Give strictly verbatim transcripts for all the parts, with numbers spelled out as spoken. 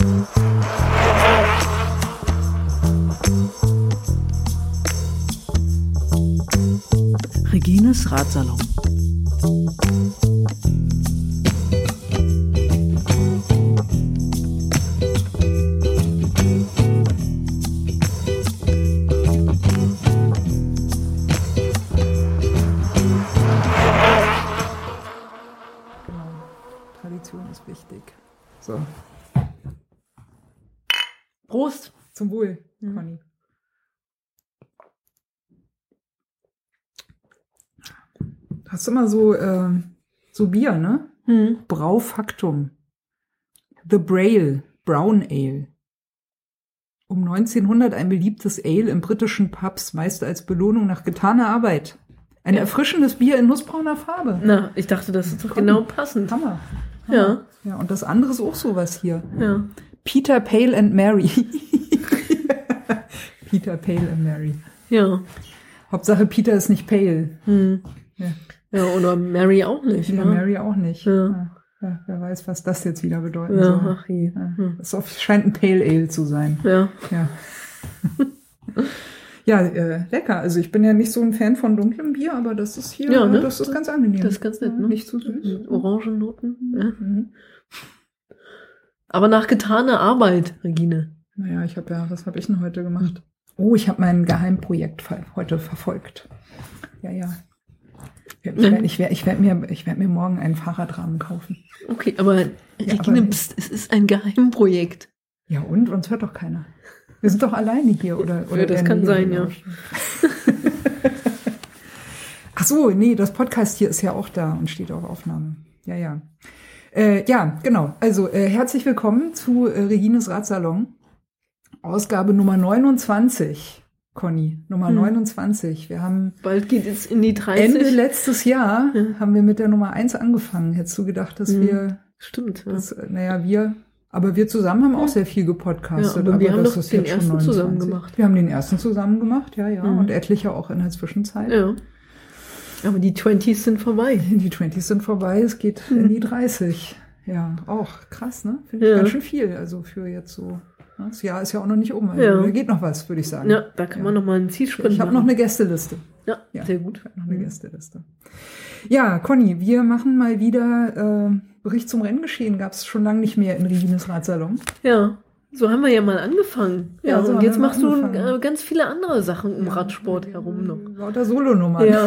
Regines Ratsalon. Tradition ist wichtig. So. Prost. Zum Wohl, Mhm. Conny. Hast du immer so, äh, so Bier, ne? Mhm. Braufaktum. The Braille, Brown Ale. Um neunzehnhundert ein beliebtes Ale im britischen Pubs, meist als Belohnung nach getaner Arbeit. Ein Ja. erfrischendes Bier in nussbrauner Farbe. Na, ich dachte, das ist doch genau passend. Hammer. Ja. Hammer. Ja, und das andere ist auch sowas hier. Ja. Peter, Pale and Mary. Peter, Pale and Mary. Ja. Hauptsache Peter ist nicht pale. Hm. Ja, Ja, oder Mary auch nicht. ja, Ne? Mary auch nicht. Ja. Ja. Ja, wer weiß, was das jetzt wieder bedeuten Ja, soll. ach je. Ja. Hm. Es oft- scheint ein Pale Ale zu sein. Ja. Ja, ja äh, lecker. Also ich bin ja nicht so ein Fan von dunklem Bier, aber das ist hier, Ja, äh, ne? das ist ganz angenehm. Das ist ganz nett, Ja, ne? nicht zu süß. Mit Orangennoten. Ja. Mhm. Aber nach getaner Arbeit, Regine. Naja, ich habe ja, was habe ich denn heute gemacht? Oh, ich habe mein Geheimprojekt ver- heute verfolgt. Ja, ja. Ich werde ich werd, ich werd mir, ich werd mir morgen einen Fahrradrahmen kaufen. Okay, aber Regine, aber- pst, es ist ein Geheimprojekt. Ja, und? Uns hört doch keiner. Wir sind doch alleine hier, oder? oder Ja, das werden kann wir sein, überrascht? Ach so, nee, das Podcast hier ist ja auch da und steht auf Aufnahme. Ja, ja. Äh, ja, genau. Also, äh, herzlich willkommen zu äh, Regines Ratsalon. Ausgabe Nummer neunundzwanzig, Conny. Nummer Hm. neunundzwanzig. Wir haben Bald geht es in die dreißig. Ende letztes Jahr Ja. haben wir mit der Nummer eins angefangen. Hättest du gedacht, dass Hm. wir, Stimmt. Ja. dass, naja, wir, aber wir zusammen haben auch sehr viel Ja, gepodcastet. aber wir haben das doch ist den jetzt schon ersten zusammen neunundzwanzig. gemacht. Wir haben den ersten zusammen gemacht, ja, ja. Mhm. Und etliche auch in der Zwischenzeit. Ja. Aber die Zwanziger sind vorbei. Die zwanzig sind vorbei, es geht in die dreißig. Ja, auch krass, ne? Finde ich Ja. ganz schön viel. Also für jetzt so, ne? Das Jahr ist ja auch noch nicht um. Also Ja. da geht noch was, würde ich sagen. Ja, da kann man noch mal einen Zielsprint Ich habe machen. noch eine Gästeliste. Ja, Ja. sehr gut. Ich habe noch eine Gästeliste. Ja, Conny, wir machen mal wieder äh, Bericht zum Renngeschehen. Gab es schon lange nicht mehr in Regines Ratsalon. Ja, so haben wir ja mal angefangen. Ja, Ja, so und haben jetzt wir mal machst du angefangen. äh, ganz viele andere Sachen um Radsport herum noch. Lauter Solonummern. Ja.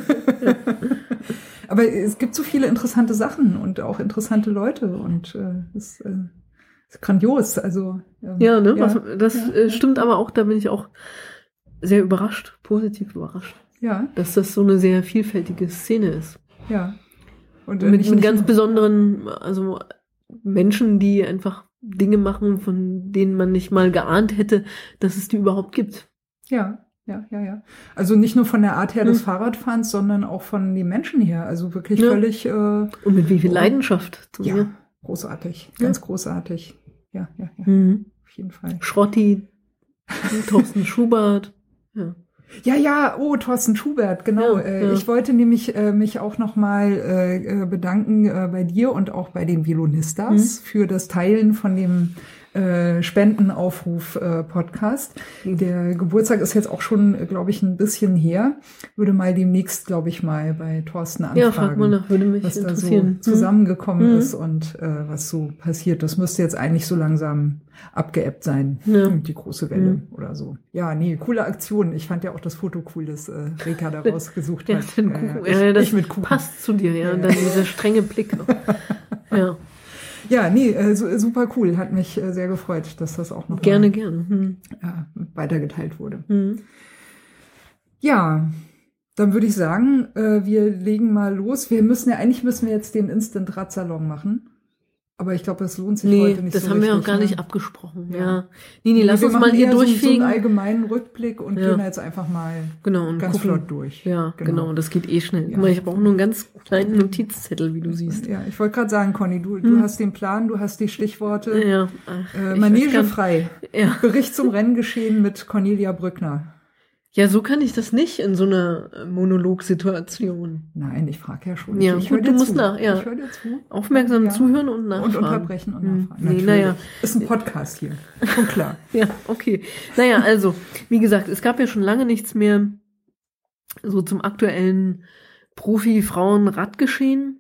Aber es gibt so viele interessante Sachen und auch interessante Leute und äh, es äh, ist grandios. Also ähm, Ja, ne? Was, das ja, äh, stimmt aber auch, da bin ich auch sehr überrascht, positiv überrascht, ja, dass das so eine sehr vielfältige Szene ist. ja. Und äh, Mit nicht- einem nicht ganz nur- besonderen, also Menschen, die einfach Dinge machen, von denen man nicht mal geahnt hätte, dass es die überhaupt gibt. Ja, ja, ja, ja. Also nicht nur von der Art her des Hm. Fahrradfahrens, sondern auch von den Menschen her. Also wirklich Ja. völlig, äh, Und mit wie viel Leidenschaft. Zu ja, mir. großartig, Ja. ganz großartig. Ja, ja, ja, Mhm. auf jeden Fall. Schrotti, Thorsten Schubert. Ja. Ja, ja, oh, Thorsten Schubert, genau. Ja, äh, ja. Ich wollte nämlich äh, mich auch nochmal äh, äh, bedanken äh, bei dir und auch bei den Violonistas Mhm. für das Teilen von dem äh, Spendenaufruf-Podcast. Der Geburtstag ist jetzt auch schon, äh, glaube ich, ein bisschen her. Würde mal demnächst, glaube ich, mal bei Thorsten anfragen, Ja, frag mal nach, würde mich was da so interessieren. zusammengekommen Mhm. ist und äh, was so passiert. Das müsste jetzt eigentlich so langsam abgeebbt sein, Ja. die große Welle Mhm. oder so. Ja, nee, coole Aktion. Ich fand ja auch das Foto cool, das äh, Reka da rausgesucht Ja, hat. den Ja, Kuchen. ja, Ja, ich, das ich mit Kuchen. passt zu dir, ja. Ja, Und ja. dann dieser strenge Blick noch. Ja, Ja, nee, äh, su- super cool. Hat mich äh, sehr gefreut, dass das auch noch gerne, mal, gerne. Hm. ja, weitergeteilt wurde. Hm. Ja, dann würde ich sagen, äh, wir legen mal los. Wir müssen ja, eigentlich müssen wir jetzt den Instant Radsalon machen. Aber ich glaube, das lohnt sich Nee, heute nicht das so haben wir auch richtig, gar ne? nicht abgesprochen. Ja. Ja. Nee, nee, lass wir uns machen mal hier eher so- durchfegen. So einen allgemeinen Rückblick und Ja. gehen jetzt einfach mal Genau, und ganz gucken. flott durch. Ja, genau. das geht eh schnell. Ja. Guck mal, ich habe auch nur einen ganz kleinen Notizzettel, wie du siehst. Ja, ich wollte gerade sagen, Conny, du, du hast den Plan, du hast die Stichworte. Ja, ach, Äh, ich Manege weiß gar- frei. Ja. Bericht zum Renngeschehen mit Cornelia Brückner. Ja, so kann ich das nicht in so einer Monologsituation. Nein, ich frage ja schon. Ja, ich gut, höre du dir musst zu. nach, ja. Ich höre dir zu. Aufmerksam ja. zuhören und nachfragen. Und unterbrechen und Hm. nachfragen. Nee, Natürlich. naja. Ist ein Podcast hier. Schon klar. Ja, okay. Naja, also, wie gesagt, es gab ja schon lange nichts mehr so zum aktuellen Profi-Frauen-Radgeschehen.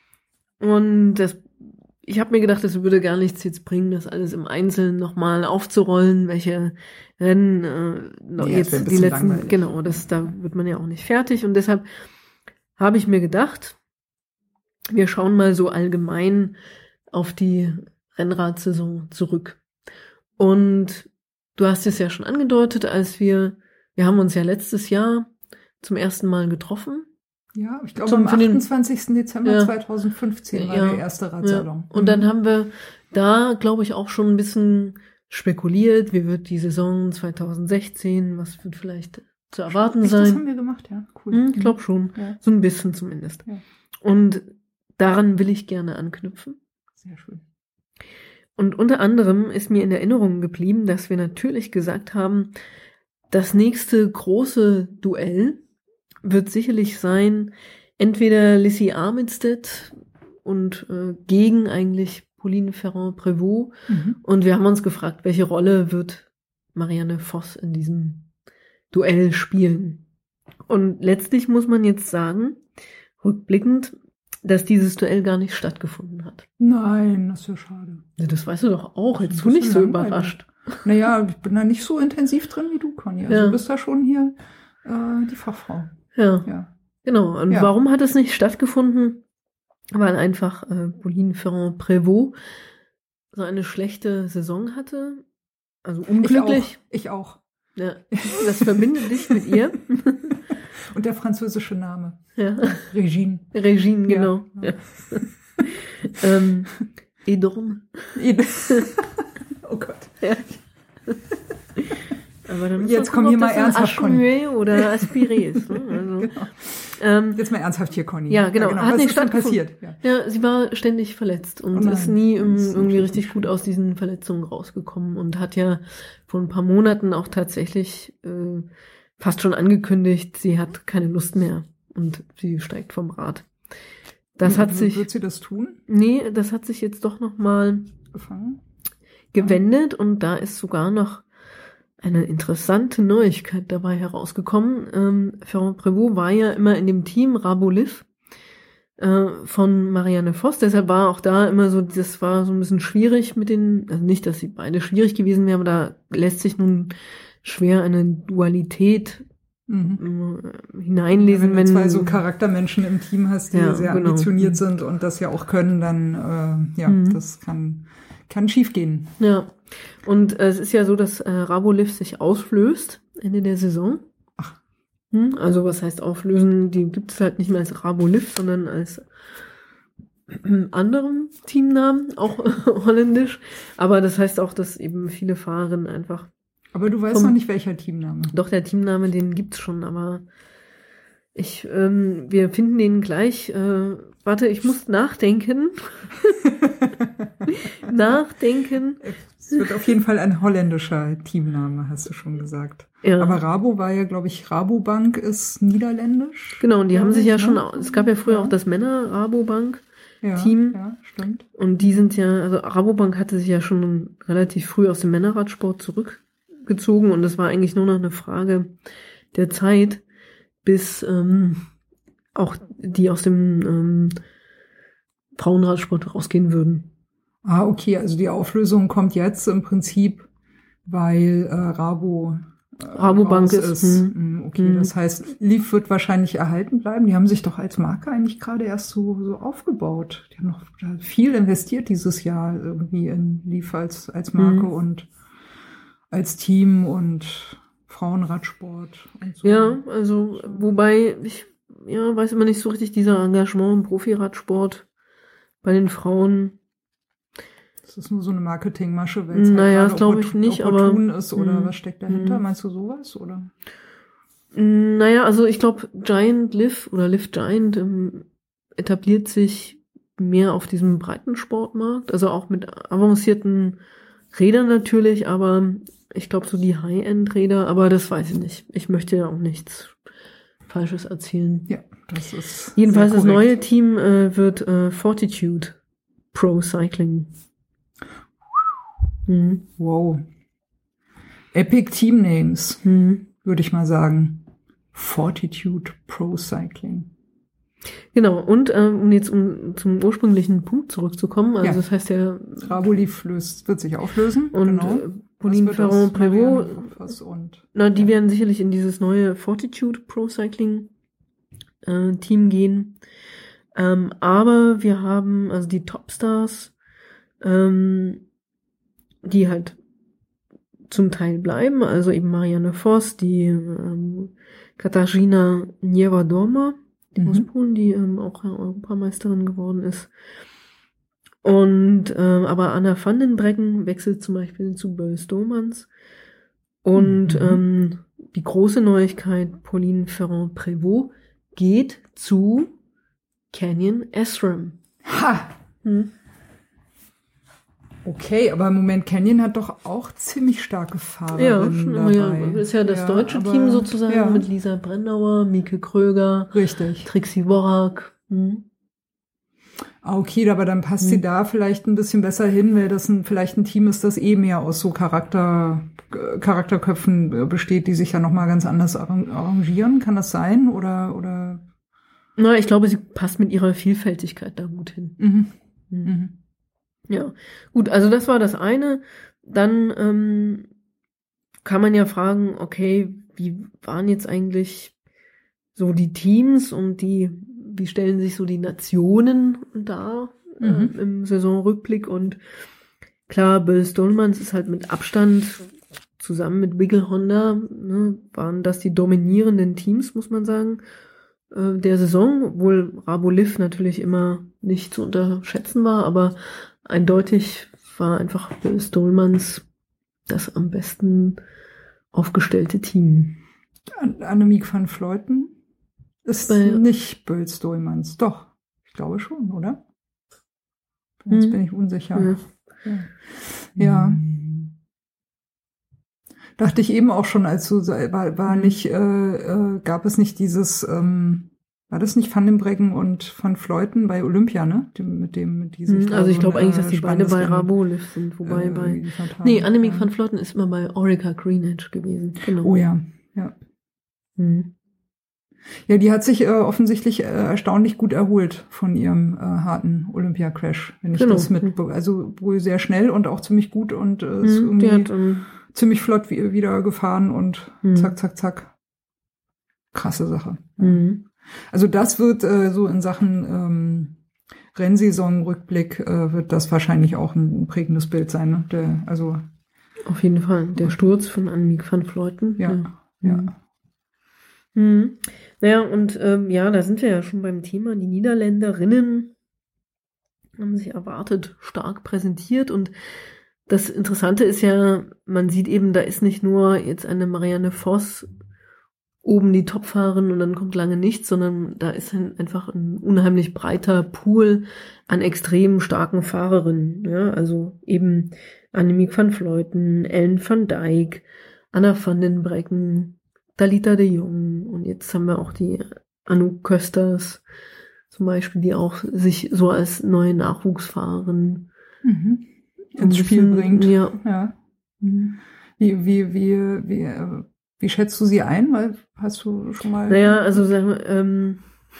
Und das, ich habe mir gedacht, das würde gar nichts jetzt bringen, das alles im Einzelnen nochmal aufzurollen, welche Rennen äh, noch Nee, das wär ein jetzt die bisschen letzten, langweilig. genau, das, da wird man ja auch nicht fertig. Und deshalb habe ich mir gedacht, wir schauen mal so allgemein auf die Rennradsaison zurück. Und du hast es ja schon angedeutet, als wir, wir haben uns ja letztes Jahr zum ersten Mal getroffen. Ja, ich glaube, Zum- am für den- achtundzwanzigsten Dezember Ja. zweitausendfünfzehn war Ja. der erste Radsalon. Ja. Und dann haben wir da, glaube ich, auch schon ein bisschen spekuliert, wie wird die Saison zweitausendsechzehn, was wird vielleicht zu erwarten Echt, das sein. haben wir gemacht, ja. Cool. Hm, ich glaube schon. Ja, So ein bisschen zumindest. Ja. Und daran will ich gerne anknüpfen. sehr schön. Und unter anderem ist mir in Erinnerung geblieben, dass wir natürlich gesagt haben, das nächste große Duell wird sicherlich sein, entweder Lissy Armitstedt und äh, gegen eigentlich Pauline Ferrand-Prévot. Mhm. Und wir haben uns gefragt, welche Rolle wird Marianne Vos in diesem Duell spielen. Und letztlich muss man jetzt sagen, rückblickend, dass dieses Duell gar nicht stattgefunden hat. Nein, das ist ja schade. Ja, das weißt du doch auch, Das ist jetzt ein du nicht bisschen so langweilig. überrascht. Naja, ich bin da nicht so intensiv drin wie du, Conny. Also Ja. du bist da schon hier äh, die Fachfrau. Ja, Ja. genau. Und Ja. warum hat es nicht stattgefunden? Weil einfach äh, Pauline Ferrand-Prévot so eine schlechte Saison hatte. Also unglücklich. Ich auch. Ja, das verbindet dich mit ihr. Und der französische Name. Ja. Regine. Regine, Ja. genau. Ja. ähm, Edorn. Oh Gott. Ja. Aber dann muss Jetzt man komm hier gucken, mal ob das ernsthaft, ein Aschenmuet oder Aspiré ist. Ne? Also, Genau. ähm, Jetzt mal ernsthaft hier, Conny. Ja, genau. Hat Was nicht ist denn stattgefunden. passiert? Ja. ja, sie war ständig verletzt und Oh nein. ist nie im, Das ist irgendwie natürlich richtig nicht gut schön. aus diesen Verletzungen rausgekommen und hat ja vor ein paar Monaten auch tatsächlich äh, fast schon angekündigt, sie hat keine Lust mehr und sie steigt vom Rad. Das Wie- hat wie sich, Wird sie das tun? nee, das hat sich jetzt doch nochmal Gefangen? gewendet und da ist sogar noch eine interessante Neuigkeit dabei herausgekommen. Ähm, Ferrand-Prévot war ja immer in dem Team Rabo-Liv äh, von Marianne Vos, deshalb war auch da immer so, das war so ein bisschen schwierig mit den, also nicht, dass sie beide schwierig gewesen wären, aber da lässt sich nun schwer eine Dualität Mhm. äh, hineinlesen, Wenn wenn du zwei so Charaktermenschen im Team hast, die Ja, sehr genau. ambitioniert sind und das ja auch können, dann äh, ja, Mhm. das kann, kann schief gehen. Ja, und äh, es ist ja so, dass äh, Rabo-Liv sich auflöst Ende der Saison. Ach. Hm, also was heißt auflösen? Die gibt es halt nicht mehr als Rabo-Liv, sondern als anderen Teamnamen, auch holländisch. Aber das heißt auch, dass eben viele Fahrerinnen einfach, Aber du weißt Vom- noch nicht, welcher Teamname. doch der Teamname, den gibt's schon, aber ich, ähm, wir finden den gleich. Äh, warte, ich muss nachdenken. nachdenken. Es wird auf jeden Fall ein holländischer Teamname, hast du schon gesagt. Ja. Aber Rabo war ja, glaube ich, Rabobank ist niederländisch. Genau, und die haben sich ja schon, Ne? es gab ja früher Ja. auch das Männer-Rabobank. ja, Team. Ja, stimmt. Und die sind ja, also Rabobank hatte sich ja schon relativ früh aus dem Männerradsport zurückgezogen und es war eigentlich nur noch eine Frage der Zeit, bis ähm, auch die aus dem ähm, Frauenradsport rausgehen würden. Ah, okay, also die Auflösung kommt jetzt im Prinzip, weil äh, Rabo äh, Rabobank raus ist, ist. hm. Hm, Okay, Hm. das heißt, Leaf wird wahrscheinlich erhalten bleiben. Die haben sich doch als Marke eigentlich gerade erst so, so aufgebaut. Die haben noch viel investiert dieses Jahr irgendwie in Leaf als, als Marke Hm. und als Team und Frauenradsport und so. Ja, also wobei ich ja weiß immer nicht so richtig dieser Engagement im Profiradsport bei den Frauen. Das ist nur so eine Marketingmasche, weil es Naja, halt das gerade glaube ich oppor- nicht, aber- opportun ist oder Hm. was steckt dahinter? Hm. Meinst du sowas oder? Naja, also ich glaube, Giant Liv oder Liv Giant ähm, etabliert sich mehr auf diesem breiten Sportmarkt, also auch mit avancierten Rädern natürlich, aber ich glaube so die High-End-Räder, aber das weiß ich nicht. Ich möchte ja auch nichts Falsches erzählen. Ja, das ist jedenfalls sehr das korrekt. neue Team äh, wird äh, Fortitude Pro Cycling. Mhm. Wow. Epic Team Names, Mhm. würde ich mal sagen. Fortitude Pro Cycling. Genau, und äh, um jetzt um, zum ursprünglichen Punkt zurückzukommen, also Ja. das heißt ja, Rabolif löst, wird sich auflösen. und genau. äh, Pauline Was wird aus Ferrand-Prévot, Marianne Vos und na, die werden sicherlich in dieses neue Fortitude Pro Cycling äh, Team gehen. Ähm, aber wir haben also die Topstars, ähm, die halt zum Teil bleiben, also eben Marianne Vos, die ähm, Katarzyna Niewiadoma, die Mhm. aus Polen, die ähm, auch Europameisterin geworden ist. Und ähm, aber Anna van den Breggen wechselt zum Beispiel zu Beuys Dohrmanns. Und Mhm. ähm, die große Neuigkeit, Pauline Ferrand-Prévot geht zu Canyon SRAM. Ha! Hm. Okay, aber im Moment Canyon hat doch auch ziemlich starke Ja, Fahrerinnen schon immer, ja. dabei. Ist ja das Ja, deutsche aber- Team sozusagen ja. mit Lisa Brennauer, Mieke Kröger, Richtig. Trixie Worrack. Hm. Ah, okay, aber dann passt sie Hm. da vielleicht ein bisschen besser hin, weil das ein, vielleicht ein Team ist, das eh mehr aus so Charakter, äh, Charakterköpfen äh, besteht, die sich ja nochmal ganz anders arran- arrangieren. Kann das sein? Oder, oder? Na, ich glaube, sie passt mit ihrer Vielfältigkeit da gut hin. Mhm. Hm. Mhm. Ja, gut, also das war das eine. Dann ähm, kann man ja fragen, okay, wie waren jetzt eigentlich so die Teams und die, wie stellen sich so die Nationen dar Mhm. äh, im Saisonrückblick? Und klar, Beuys Dohrmanns ist halt mit Abstand zusammen mit Wiggle Honda, ne, waren das die dominierenden Teams, muss man sagen, äh, der Saison, obwohl Rabolif natürlich immer nicht zu unterschätzen war, aber eindeutig war einfach Beuys Dohrmanns das am besten aufgestellte Team. An- Annemiek van Vleuten ist Bei- nicht Beuys Dohrmanns. Doch, ich glaube schon, oder? Jetzt Hm. bin ich unsicher. Ja. Ja. Ja. Dachte ich eben auch schon, als du sa- war, war Mhm. nicht, äh, äh, gab es nicht dieses, ähm, war das nicht Van den Breggen und Van Vleuten bei Olympia, ne? Die, mit dem, mit die sich Hm, da Also ich so glaube ein, eigentlich, äh, dass die beide spannendes bei Rennen, Rabolif sind, wobei äh, bei geliefert haben. nee, Annemiek Ja. van Vleuten ist immer bei Orica Greenedge gewesen. Genau. Oh ja, ja. Hm. Ja, die hat sich äh, offensichtlich äh, erstaunlich gut erholt von ihrem äh, harten Olympia-Crash, wenn ich Genau. das mit, also wohl sehr schnell und auch ziemlich gut und äh, ist Hm, irgendwie die hat ähm, ziemlich flott wie, wieder gefahren und Hm. zack, zack, zack. Krasse Sache. Ja. hm. Also das wird äh, so in Sachen ähm, Rennsaison-Rückblick äh, wird das wahrscheinlich auch ein prägendes Bild sein. Ne? Der, also Auf jeden Fall. Der Sturz von Annemiek van Vleuten. ja, Ja. ja. Hm. Naja, und ähm, ja, da sind wir ja schon beim Thema. Die Niederländerinnen haben sich erwartet stark präsentiert. Und das Interessante ist ja, man sieht eben, da ist nicht nur jetzt eine Marianne Vos oben die Topfahrerin und dann kommt lange nichts, sondern da ist ein, einfach ein unheimlich breiter Pool an extrem starken Fahrerinnen. Ja? Also eben Annemiek van Vleuten, Ellen van Dijk, Anna van den Breggen, Dalita de Jong und jetzt haben wir auch die Anouk Kösters zum Beispiel, die auch sich so als neue Nachwuchsfahrerin Mhm. ein ins Spiel bisschen- bringt. Ja. Ja. Wie, wie, wie, wie, äh, wie schätzt du sie ein? Weil hast du schon mal. Naja, also sagen wir, ähm,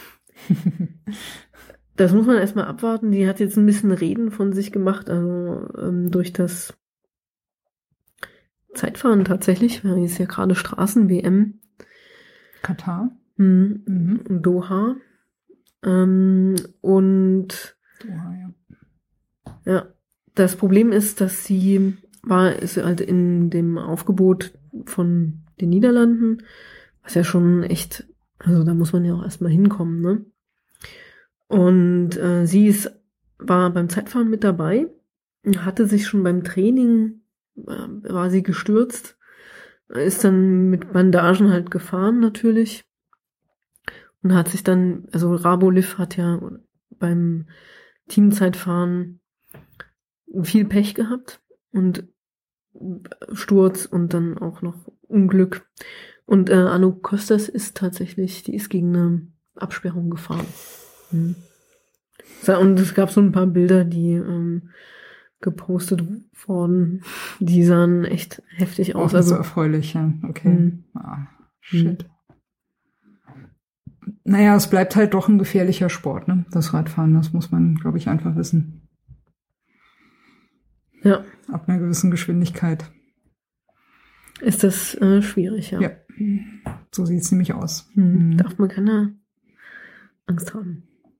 das muss man erstmal abwarten. Die hat jetzt ein bisschen Reden von sich gemacht, also ähm, durch das Zeitfahren tatsächlich, weil ist ja gerade Straßen-W M Katar. hm, Mhm. in Doha. Ähm, und Doha, ja. ja, das Problem ist, dass sie war, ist halt in dem Aufgebot von den Niederlanden, was ja schon echt, also da muss man ja auch erstmal hinkommen, ne? Und äh, sie ist, war beim Zeitfahren mit dabei, hatte sich schon beim Training, äh, war sie gestürzt, ist dann mit Bandagen halt gefahren natürlich und hat sich dann, also Rabolif hat ja beim Teamzeitfahren viel Pech gehabt und Sturz und dann auch noch Unglück. Und äh, Anu Costas ist tatsächlich, die ist gegen eine Absperrung gefahren. Mhm. Und es gab so ein paar Bilder, die ähm, gepostet wurden, die sahen echt heftig aus. Auch nicht also so erfreulich, ja. Okay. Mhm. Ah, shit. Mhm. Naja, es bleibt halt doch ein gefährlicher Sport, ne? Das Radfahren, das muss man, glaube ich, einfach wissen. Ja. Ab einer gewissen Geschwindigkeit. Ist das äh, schwierig, ja. Ja, so sieht es nämlich aus. Mhm. Mhm. Darf man keine Angst haben.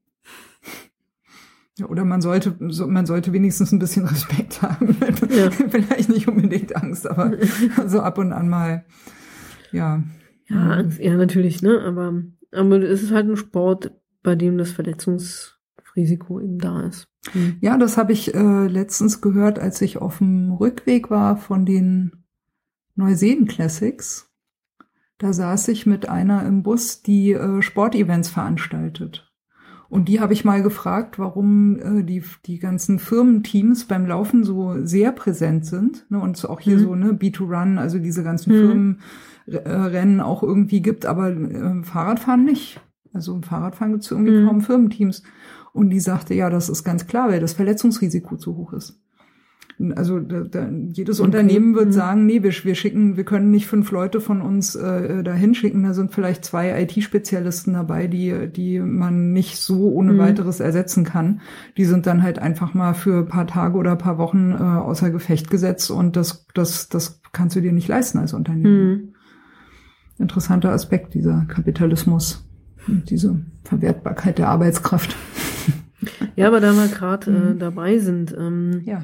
Ja, oder man sollte, so, man sollte wenigstens ein bisschen Respekt haben. Ja. Vielleicht nicht unbedingt Angst, aber so ab und an mal, ja. Ja, Angst, ja, natürlich, ne, aber, aber es ist halt ein Sport, bei dem das Verletzungsrisiko eben da ist. Mhm. Ja, das habe ich äh, letztens gehört, als ich auf dem Rückweg war von den Neuseen Classics. Da saß ich mit einer im Bus, die äh, Sportevents veranstaltet. Und die habe ich mal gefragt, warum äh, die die ganzen Firmenteams beim Laufen so sehr präsent sind, ne, und auch hier mhm. so ne B zwei Run, also diese ganzen mhm. Firmenrennen auch irgendwie gibt, aber äh, Fahrradfahren nicht. Also im Fahrradfahren gibt es irgendwie mhm. kaum Firmenteams. Und die sagte, ja, das ist ganz klar, weil das Verletzungsrisiko zu hoch ist. Also da, da, jedes okay. Unternehmen wird mhm. sagen, nee, wir, wir schicken, wir können nicht fünf Leute von uns äh, dahin schicken. Da sind vielleicht zwei I T-Spezialisten dabei, die die man nicht so ohne mhm. weiteres ersetzen kann. Die sind dann halt einfach mal für ein paar Tage oder ein paar Wochen äh, außer Gefecht gesetzt und das das das kannst du dir nicht leisten als Unternehmen. Mhm. Interessanter Aspekt, dieser Kapitalismus und diese Verwertbarkeit der Arbeitskraft. Ja, aber da wir gerade äh, mhm. dabei sind, ähm, ja.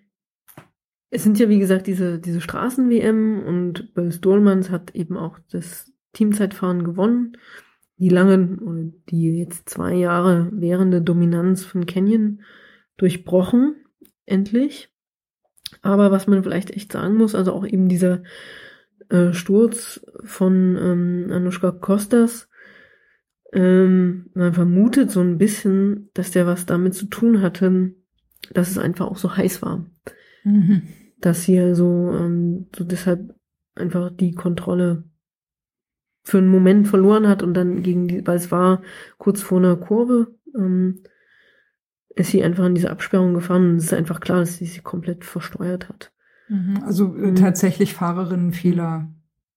Es sind ja, wie gesagt, diese, diese Straßen-W M und Böls Dohlmanns hat eben auch das Teamzeitfahren gewonnen. Die lange, oder die jetzt zwei Jahre währende Dominanz von Canyon durchbrochen, endlich. Aber was man vielleicht echt sagen muss, also auch eben dieser äh, Sturz von ähm, Anushka Costas, ähm, man vermutet so ein bisschen, dass der was damit zu tun hatte, dass es einfach auch so heiß war. Mhm. Dass sie also ähm, so deshalb einfach die Kontrolle für einen Moment verloren hat und dann gegen die, weil es war kurz vor einer Kurve, ähm, ist sie einfach in diese Absperrung gefahren und es ist einfach klar, dass sie sie komplett versteuert hat. Mhm. Also äh, mhm. tatsächlich Fahrerinnenfehler.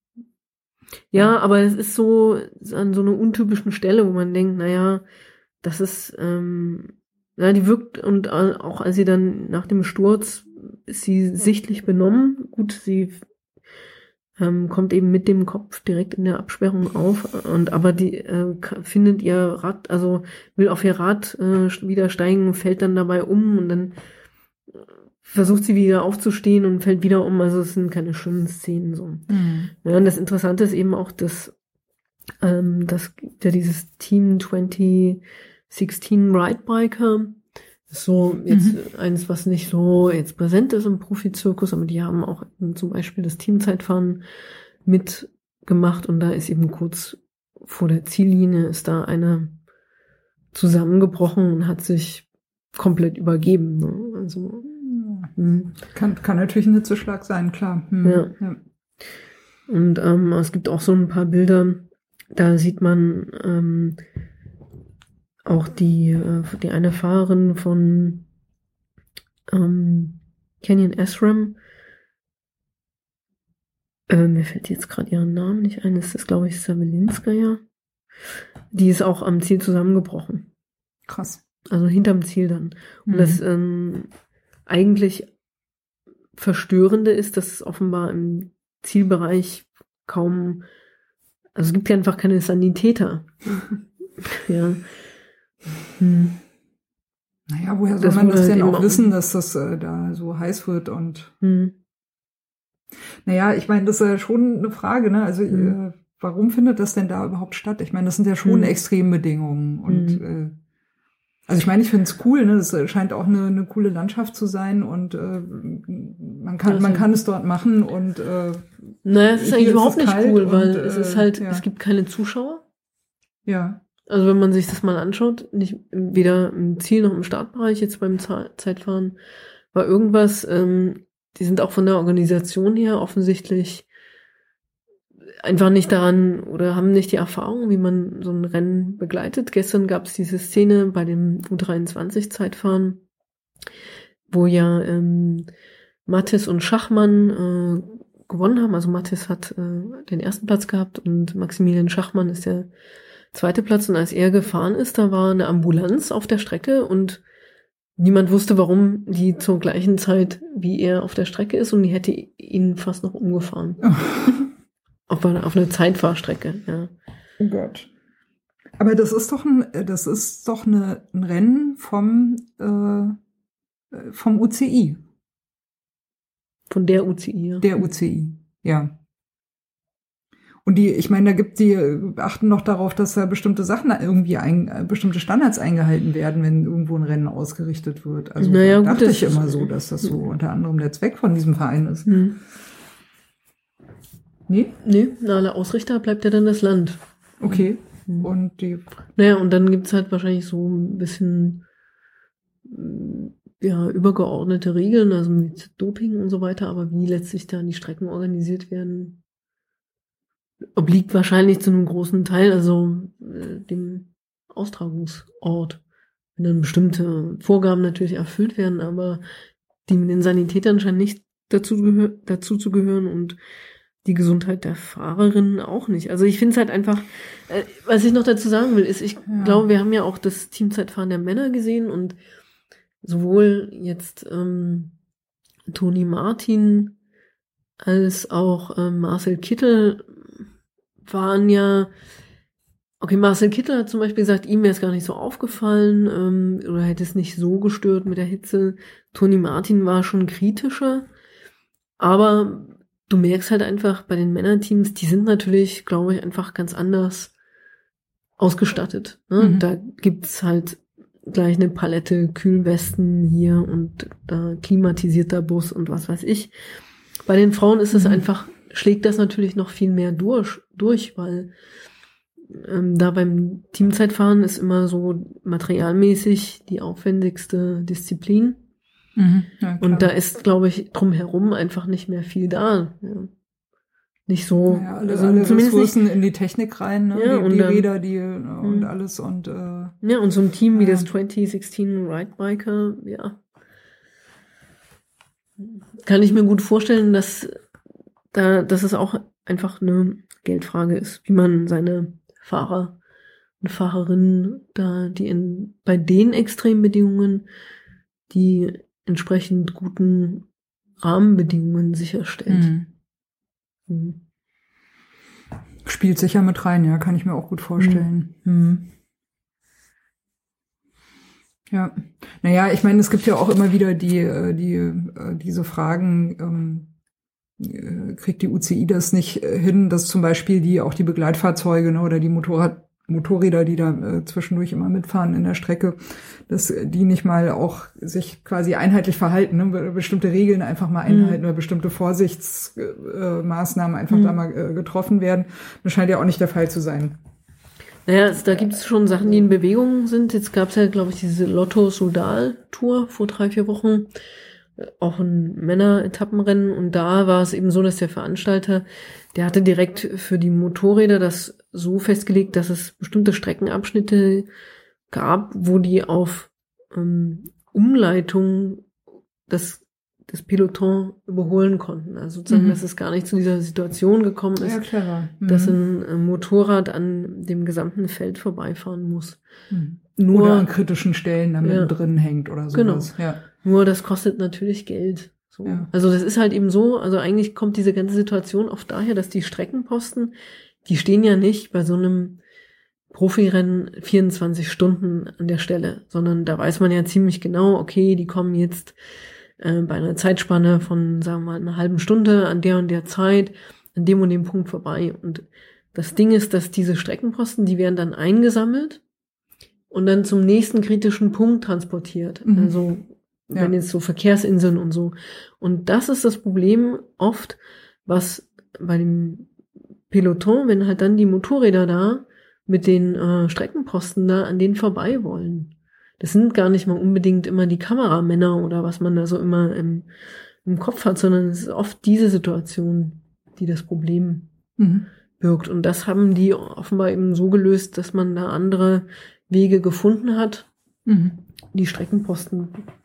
Ja, aber es ist so an so einer untypischen Stelle, wo man denkt, naja, das ist, ähm, ja, die wirkt und auch als sie dann nach dem Sturz ist sie sichtlich benommen. Gut, sie ähm, kommt eben mit dem Kopf direkt in der Absperrung auf und aber die äh, findet ihr Rad, also will auf ihr Rad äh, wieder steigen, fällt dann dabei um und dann versucht sie wieder aufzustehen und fällt wieder um. Also es sind keine schönen Szenen so. Mhm. Ja, und das Interessante ist eben auch, dass ähm, dass ja dieses Team zwanzig sechzehn Ride Biker so jetzt mhm. eines, was nicht so jetzt präsent ist im Profizirkus, aber die haben auch zum Beispiel das Teamzeitfahren mitgemacht und da ist eben kurz vor der Ziellinie ist da eine zusammengebrochen und hat sich komplett übergeben. Ne? Also mhm. kann kann natürlich ein Hitzeschlag sein, klar. Mhm. Ja. ja. Und ähm, es gibt auch so ein paar Bilder, da sieht man ähm, auch die, äh, die eine Fahrerin von ähm, Canyon S R A M, äh, mir fällt jetzt gerade ihren Namen nicht ein, das ist, glaube ich, Savelinskaya, die ist auch am Ziel zusammengebrochen. Krass. Also hinterm Ziel dann. Und mhm. das ähm, eigentlich Verstörende ist, dass es offenbar im Zielbereich kaum, also es gibt ja einfach keine Sanitäter. ja. Hm. Naja, woher soll das man das denn auch wissen, dass das äh, da so heiß wird und hm. Naja, ich meine, das ist ja schon eine Frage, ne? Also hm. äh, warum findet das denn da überhaupt statt? Ich meine, das sind ja schon hm. Extrembedingungen und hm. äh, also ich meine, ich finde es cool, ne? Das scheint auch eine, eine coole Landschaft zu sein und äh, man kann ja, man kann es dort machen und äh, naja, es ist eigentlich überhaupt nicht cool, und, weil äh, es ist halt, ja. es gibt keine Zuschauer. Ja. Also wenn man sich das mal anschaut, nicht weder im Ziel noch im Startbereich jetzt beim Zeitfahren, war irgendwas, ähm, die sind auch von der Organisation her offensichtlich einfach nicht daran oder haben nicht die Erfahrung, wie man so ein Rennen begleitet. Gestern gab es diese Szene bei dem U dreiundzwanzig-Zeitfahren, wo ja ähm, Mathis und Schachmann äh, gewonnen haben. Also Mathis hat äh, den ersten Platz gehabt und Maximilian Schachmann ist der zweite Platz. Und als er gefahren ist, da war eine Ambulanz auf der Strecke und niemand wusste, warum die zur gleichen Zeit wie er auf der Strecke ist und die hätte ihn fast noch umgefahren. Auf eine, auf eine Zeitfahrstrecke, ja. Oh Gott. Aber das ist doch ein, das ist doch eine, ein Rennen vom, äh, vom U C I. Von der U C I, ja. Der U C I, ja. Und die, ich meine, da gibt die achten noch darauf, dass da bestimmte Sachen irgendwie ein, bestimmte Standards eingehalten werden, wenn irgendwo ein Rennen ausgerichtet wird. Also naja, da dachte gut, ich immer so, dass das so unter anderem der Zweck von diesem Verein ist. Hm. Nee? Nee, na, der Ausrichter bleibt ja dann das Land. Okay. Hm. Und die. Naja, und dann gibt's halt wahrscheinlich so ein bisschen ja, übergeordnete Regeln, also mit Doping und so weiter, aber wie letztlich dann die Strecken organisiert werden, obliegt wahrscheinlich zu einem großen Teil, also äh, dem Austragungsort. Wenn dann bestimmte Vorgaben natürlich erfüllt werden, aber die mit den Sanitätern scheinen nicht dazu, gehör- dazu zu gehören und die Gesundheit der Fahrerinnen auch nicht. Also ich finde es halt einfach, äh, was ich noch dazu sagen will, ist, ich Ja. glaube, wir haben ja auch das Teamzeitfahren der Männer gesehen und sowohl jetzt ähm, Toni Martin als auch ähm, Marcel Kittel waren ja, okay, Marcel Kittel hat zum Beispiel gesagt, ihm wäre es gar nicht so aufgefallen ähm, oder hätte es nicht so gestört mit der Hitze. Toni Martin war schon kritischer, aber du merkst halt einfach bei den Männerteams, die sind natürlich, glaube ich, einfach ganz anders ausgestattet. Ne? Mhm. Da gibt's halt gleich eine Palette Kühlwesten hier und da klimatisierter Bus und was weiß ich. Bei den Frauen ist es Mhm. einfach, schlägt das natürlich noch viel mehr durch, durch weil ähm, da beim Teamzeitfahren ist immer so materialmäßig die aufwendigste Disziplin. Mhm. Ja, klar. Und da ist, glaube ich, drumherum einfach nicht mehr viel da. Ja. Nicht so. Ja, alle, also alle zumindest Ressourcen nicht, in die Technik rein, ne? Ja, die, und die dann- Räder, die äh, und Mhm. alles und äh, ja, und so ein Team wie Ja. das zwanzig sechzehn Ride Biker, ja. Kann ich mir gut vorstellen, dass da, dass es auch einfach eine Geldfrage ist, wie man seine Fahrer und Fahrerinnen da, die in, bei den Extrembedingungen, die entsprechend guten Rahmenbedingungen sicherstellt. mhm. Mhm. Spielt sicher mit rein, ja, kann ich mir auch gut vorstellen. Mhm. Ja, naja, ich meine, es gibt ja auch immer wieder die, äh, die, äh, diese Fragen, ähm, äh, kriegt die U C I das nicht äh, hin, dass zum Beispiel die auch die Begleitfahrzeuge, ne, oder die Motorrad, Motorräder, die da äh, zwischendurch immer mitfahren in der Strecke, dass die nicht mal auch sich quasi einheitlich verhalten, ne, be- bestimmte Regeln einfach mal einhalten Mhm. oder bestimmte Vorsichtsmaßnahmen einfach Mhm. da mal äh, getroffen werden. Das scheint ja auch nicht der Fall zu sein. Naja, also da gibt es schon Sachen, die in Bewegung sind. Jetzt gab es ja, glaube ich, diese Lotto-Sudal-Tour vor drei, vier Wochen. Äh, Auch ein Männer-Etappenrennen. Und da war es eben so, dass der Veranstalter, der hatte direkt für die Motorräder das so festgelegt, dass es bestimmte Streckenabschnitte gab, wo die auf ähm, Umleitung das, das Peloton überholen konnten. Also sozusagen, Mhm. dass es gar nicht zu dieser Situation gekommen ist, Ja, clever. Mhm. dass ein äh, Motorrad an dem gesamten Feld vorbeifahren muss. Mhm. Nur, Oder an kritischen Stellen da Ja. mittendrin hängt oder sowas. Ja. nur das kostet natürlich Geld. So. Ja. Also das ist halt eben so, also eigentlich kommt diese ganze Situation oft daher, dass die Streckenposten, die stehen ja nicht bei so einem Profirennen vierundzwanzig Stunden an der Stelle, sondern da weiß man ja ziemlich genau, okay, die kommen jetzt äh, bei einer Zeitspanne von, sagen wir mal, einer halben Stunde an der und der Zeit, an dem und dem Punkt vorbei. Und das Ding ist, dass diese Streckenposten, die werden dann eingesammelt und dann zum nächsten kritischen Punkt transportiert. Mhm. Also wenn Ja. jetzt so Verkehrsinseln und so. Und das ist das Problem oft, was bei dem Peloton, wenn halt dann die Motorräder da mit den äh, Streckenposten da an denen vorbei wollen. Das sind gar nicht mal unbedingt immer die Kameramänner oder was man da so immer im im Kopf hat, sondern es ist oft diese Situation, die das Problem mhm. birgt. Und das haben die offenbar eben so gelöst, dass man da andere Wege gefunden hat, mhm. die Streckenposten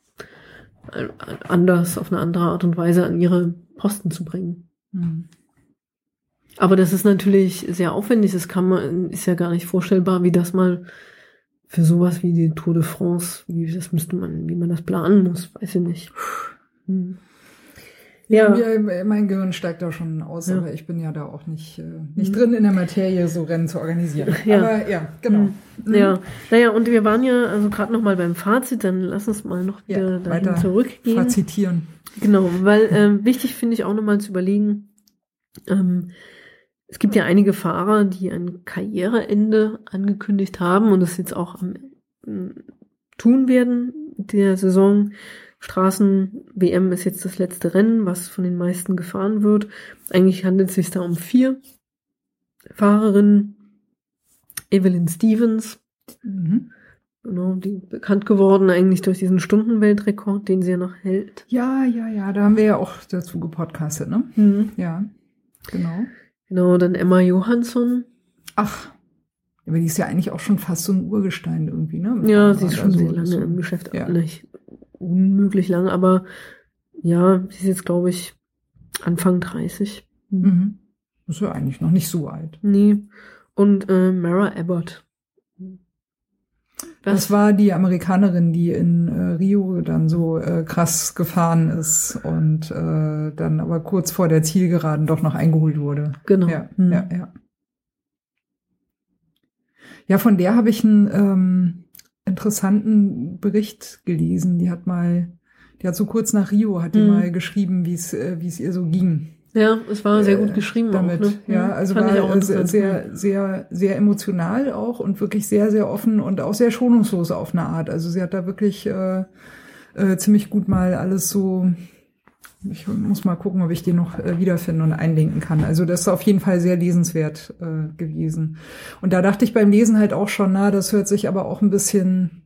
anders, auf eine andere Art und Weise an ihre Posten zu bringen. Mhm. Aber das ist natürlich sehr aufwendig, das kann man, ist ja gar nicht vorstellbar, wie das mal für sowas wie die Tour de France, wie das müsste man, wie man das planen muss, weiß ich nicht. Hm. Ja, ja, mein Gehirn steigt da schon aus, ja. aber ich bin ja da auch nicht, äh, nicht hm. drin in der Materie, so Rennen zu organisieren. Ja. Aber ja, genau. Hm. Ja, naja, und wir waren ja also gerade noch mal beim Fazit, dann lass uns mal noch wieder ja, dahin zurückgehen. Fazitieren. Genau, weil äh, wichtig finde ich auch noch mal zu überlegen, ähm, es gibt ja einige Fahrer, die ein Karriereende angekündigt haben und das jetzt auch am, äh, tun werden der Saison. Straßen-W M ist jetzt das letzte Rennen, was von den meisten gefahren wird. Eigentlich handelt es sich da um vier Fahrerinnen. Evelyn Stevens, mhm. genau, die bekannt geworden eigentlich durch diesen Stundenweltrekord, den sie ja noch hält. Ja, ja, ja, da haben wir ja auch dazu gepodcastet, ne? Mhm. Ja, genau. Genau, dann Emma Johansson. Ach, aber die ist ja eigentlich auch schon fast so ein Urgestein irgendwie, ne? Ja, sie ist schon also, sehr lange so, im Geschäft, ja. Nicht unmöglich lang, aber ja, sie ist jetzt, glaube ich, Anfang dreißig. Mhm. Ist ja eigentlich noch nicht so alt. Nee. Und äh, Mara Abbott. Das, das war die Amerikanerin, die in äh, Rio dann so äh, krass gefahren ist und äh, dann aber kurz vor der Zielgeraden doch noch eingeholt wurde. Genau. Ja, mhm. ja, ja. Ja, von der habe ich einen ähm, interessanten Bericht gelesen. Die hat mal, die hat so kurz nach Rio, hat die mhm. mal geschrieben, wie es äh, wie es ihr so ging. Ja, es war sehr gut geschrieben. Äh, damit, auch, ne? ja, also Fand war sehr, sehr, sehr, sehr emotional auch und wirklich sehr, sehr offen und auch sehr schonungslos auf eine Art. Also sie hat da wirklich äh, äh, ziemlich gut mal alles so, ich muss mal gucken, ob ich den noch äh, wiederfinden und einlinken kann. Also das ist auf jeden Fall sehr lesenswert äh, gewesen. Und da dachte ich beim Lesen halt auch schon, na, das hört sich aber auch ein bisschen,